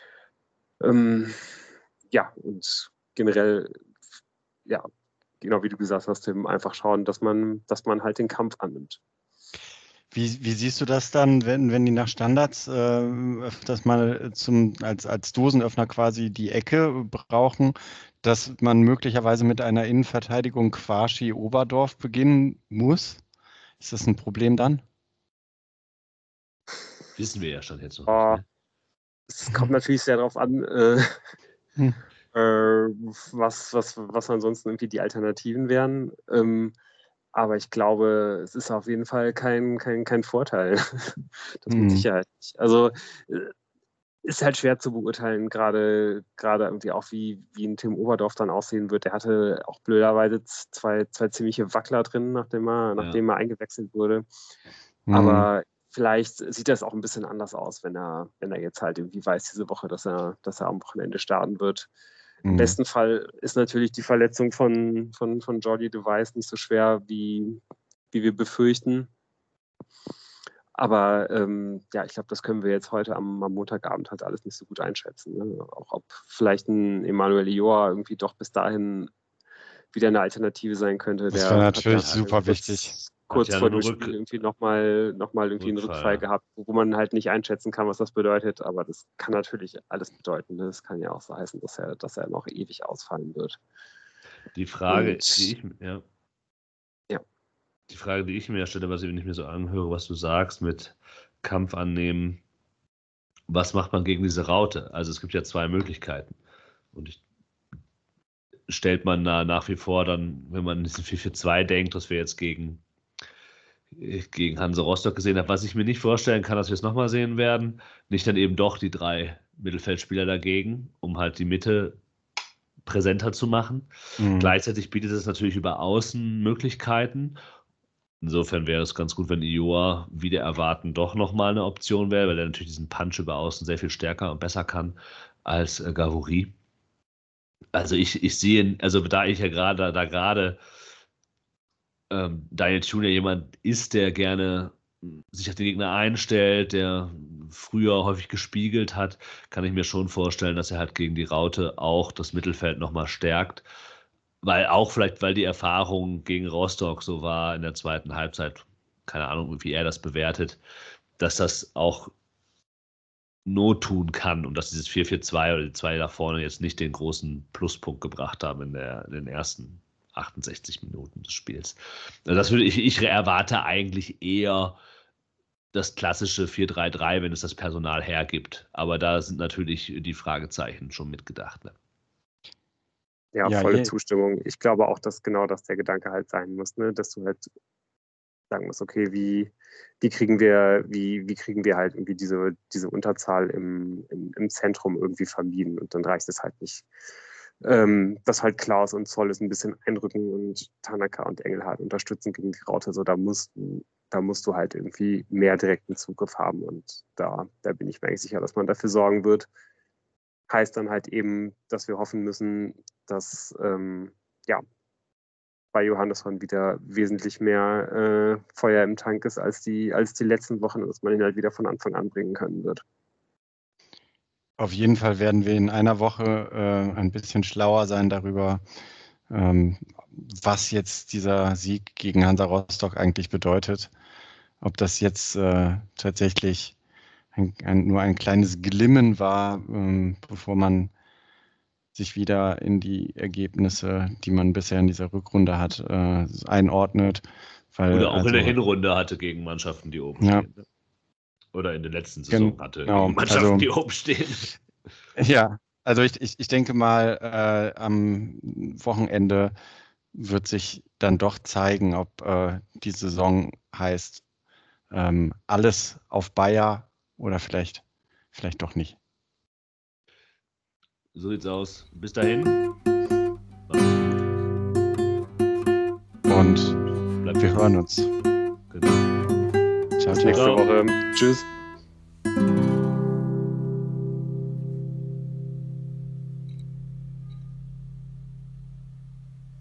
ähm, ja, und generell, ja, genau wie du gesagt hast, Tim, einfach schauen, dass man, dass man halt den Kampf annimmt. Wie, wie siehst du das dann, wenn, wenn die nach Standards äh, öfters mal zum, als, als Dosenöffner quasi die Ecke brauchen, dass man möglicherweise mit einer Innenverteidigung Quashi Oberdorf beginnen muss? Ist das ein Problem dann? Wissen wir ja schon jetzt noch Oh, nicht. Ne? es kommt natürlich sehr darauf an, äh, Hm. äh, was, was, was ansonsten irgendwie die Alternativen wären. Ähm, aber ich glaube, es ist auf jeden Fall kein, kein, kein Vorteil. Das mit Hm. Sicherheit nicht. Also äh, ist halt schwer zu beurteilen, gerade gerade irgendwie auch, wie, wie ein Tim Oberdorf dann aussehen wird. Der hatte auch blöderweise zwei, zwei ziemliche Wackler drin, nachdem er, nachdem er eingewechselt wurde. Hm. Aber vielleicht sieht das auch ein bisschen anders aus, wenn er, wenn er jetzt halt irgendwie weiß diese Woche, dass er, dass er am Wochenende starten wird. Im Hm. besten Fall ist natürlich die Verletzung von, von, von Jordi de Wijs nicht so schwer, wie, wie wir befürchten. Aber ähm, ja, ich glaube, das können wir jetzt heute am, am Montagabend halt alles nicht so gut einschätzen. Ne? Auch ob vielleicht ein Emanuel Joa irgendwie doch bis dahin wieder eine Alternative sein könnte. Das Der wäre hat natürlich ja super kurz, wichtig. kurz ja vor nur dem eine Rück- Spiel irgendwie nochmal noch mal irgendwie einen Rückfall, Rückfall ja. gehabt, wo man halt nicht einschätzen kann, was das bedeutet. Aber das kann natürlich alles bedeuten. Ne? Das kann ja auch so heißen, dass er, dass er noch ewig ausfallen wird. Die Frage, Und, die ich, ja. Ja. Die Frage, die ich mir stelle, was ich nicht mehr so anhöre, was du sagst mit Kampf annehmen, was macht man gegen diese Raute? Also es gibt ja zwei Möglichkeiten. Und ich, stellt man da nach wie vor dann, wenn man an diesen vier vier zwei denkt, was wir jetzt gegen, gegen Hansa Rostock gesehen haben, was ich mir nicht vorstellen kann, dass wir es nochmal sehen werden, nicht dann eben doch die drei Mittelfeldspieler dagegen, um halt die Mitte präsenter zu machen. Mhm. Gleichzeitig bietet es natürlich über Außen Möglichkeiten. Insofern wäre es ganz gut, wenn Ioa wieder erwarten doch nochmal eine Option wäre, weil er natürlich diesen Punch über Außen sehr viel stärker und besser kann als äh, Gavouri. Also ich, ich sehe, also da ich ja gerade, da gerade ähm, Daniel Thune ja jemand ist, der gerne sich auf den Gegner einstellt, der früher häufig gespiegelt hat, kann ich mir schon vorstellen, dass er halt gegen die Raute auch das Mittelfeld nochmal stärkt. Weil auch vielleicht, weil die Erfahrung gegen Rostock so war in der zweiten Halbzeit, keine Ahnung, wie er das bewertet, dass das auch Not tun kann und dass dieses vier vier zwei oder die zwei da vorne jetzt nicht den großen Pluspunkt gebracht haben in, der, in den ersten achtundsechzig Minuten des Spiels. Also das würde ich, ich erwarte eigentlich eher das klassische vier drei drei, wenn es das Personal hergibt. Aber da sind natürlich die Fragezeichen schon mitgedacht. Ne? Ja, ja, volle je. Zustimmung. Ich glaube auch, dass genau das der Gedanke halt sein muss, ne? Dass du halt sagen musst, okay, wie, wie kriegen wir, wie, wie kriegen wir halt irgendwie diese, diese Unterzahl im, im, im Zentrum irgendwie vermieden, und dann reicht es halt nicht, ähm, dass halt Klaus und Zoll es ein bisschen einrücken und Tanaka und Engelhardt unterstützen gegen die Raute. So, da musst du, da musst du halt irgendwie mehr direkten Zugriff haben, und da, da bin ich mir eigentlich sicher, dass man dafür sorgen wird. Heißt dann halt eben, dass wir hoffen müssen, dass ähm, ja, bei Johannesson wieder wesentlich mehr äh, Feuer im Tank ist als die, als die letzten Wochen, dass man ihn halt wieder von Anfang an bringen können wird. Auf jeden Fall werden wir in einer Woche äh, ein bisschen schlauer sein darüber, ähm, was jetzt dieser Sieg gegen Hansa Rostock eigentlich bedeutet. Ob das jetzt äh, tatsächlich ein, ein, nur ein kleines Glimmen war, ähm, bevor man sich wieder in die Ergebnisse, die man bisher in dieser Rückrunde hat, äh, einordnet. Weil, Oder auch also, in der Hinrunde hatte gegen Mannschaften, die oben ja. stehen. Oder in der letzten Saison Gen- hatte genau, gegen Mannschaften, also, die oben stehen. Ja, also ich, ich, ich denke mal, äh, am Wochenende wird sich dann doch zeigen, ob äh, die Saison heißt ähm, alles auf Bayer oder vielleicht, vielleicht doch nicht. So sieht's aus. Bis dahin. Und Bleibt wir hören uns. Genau. Ciao, Bis nächste ciao. Woche. Tschüss.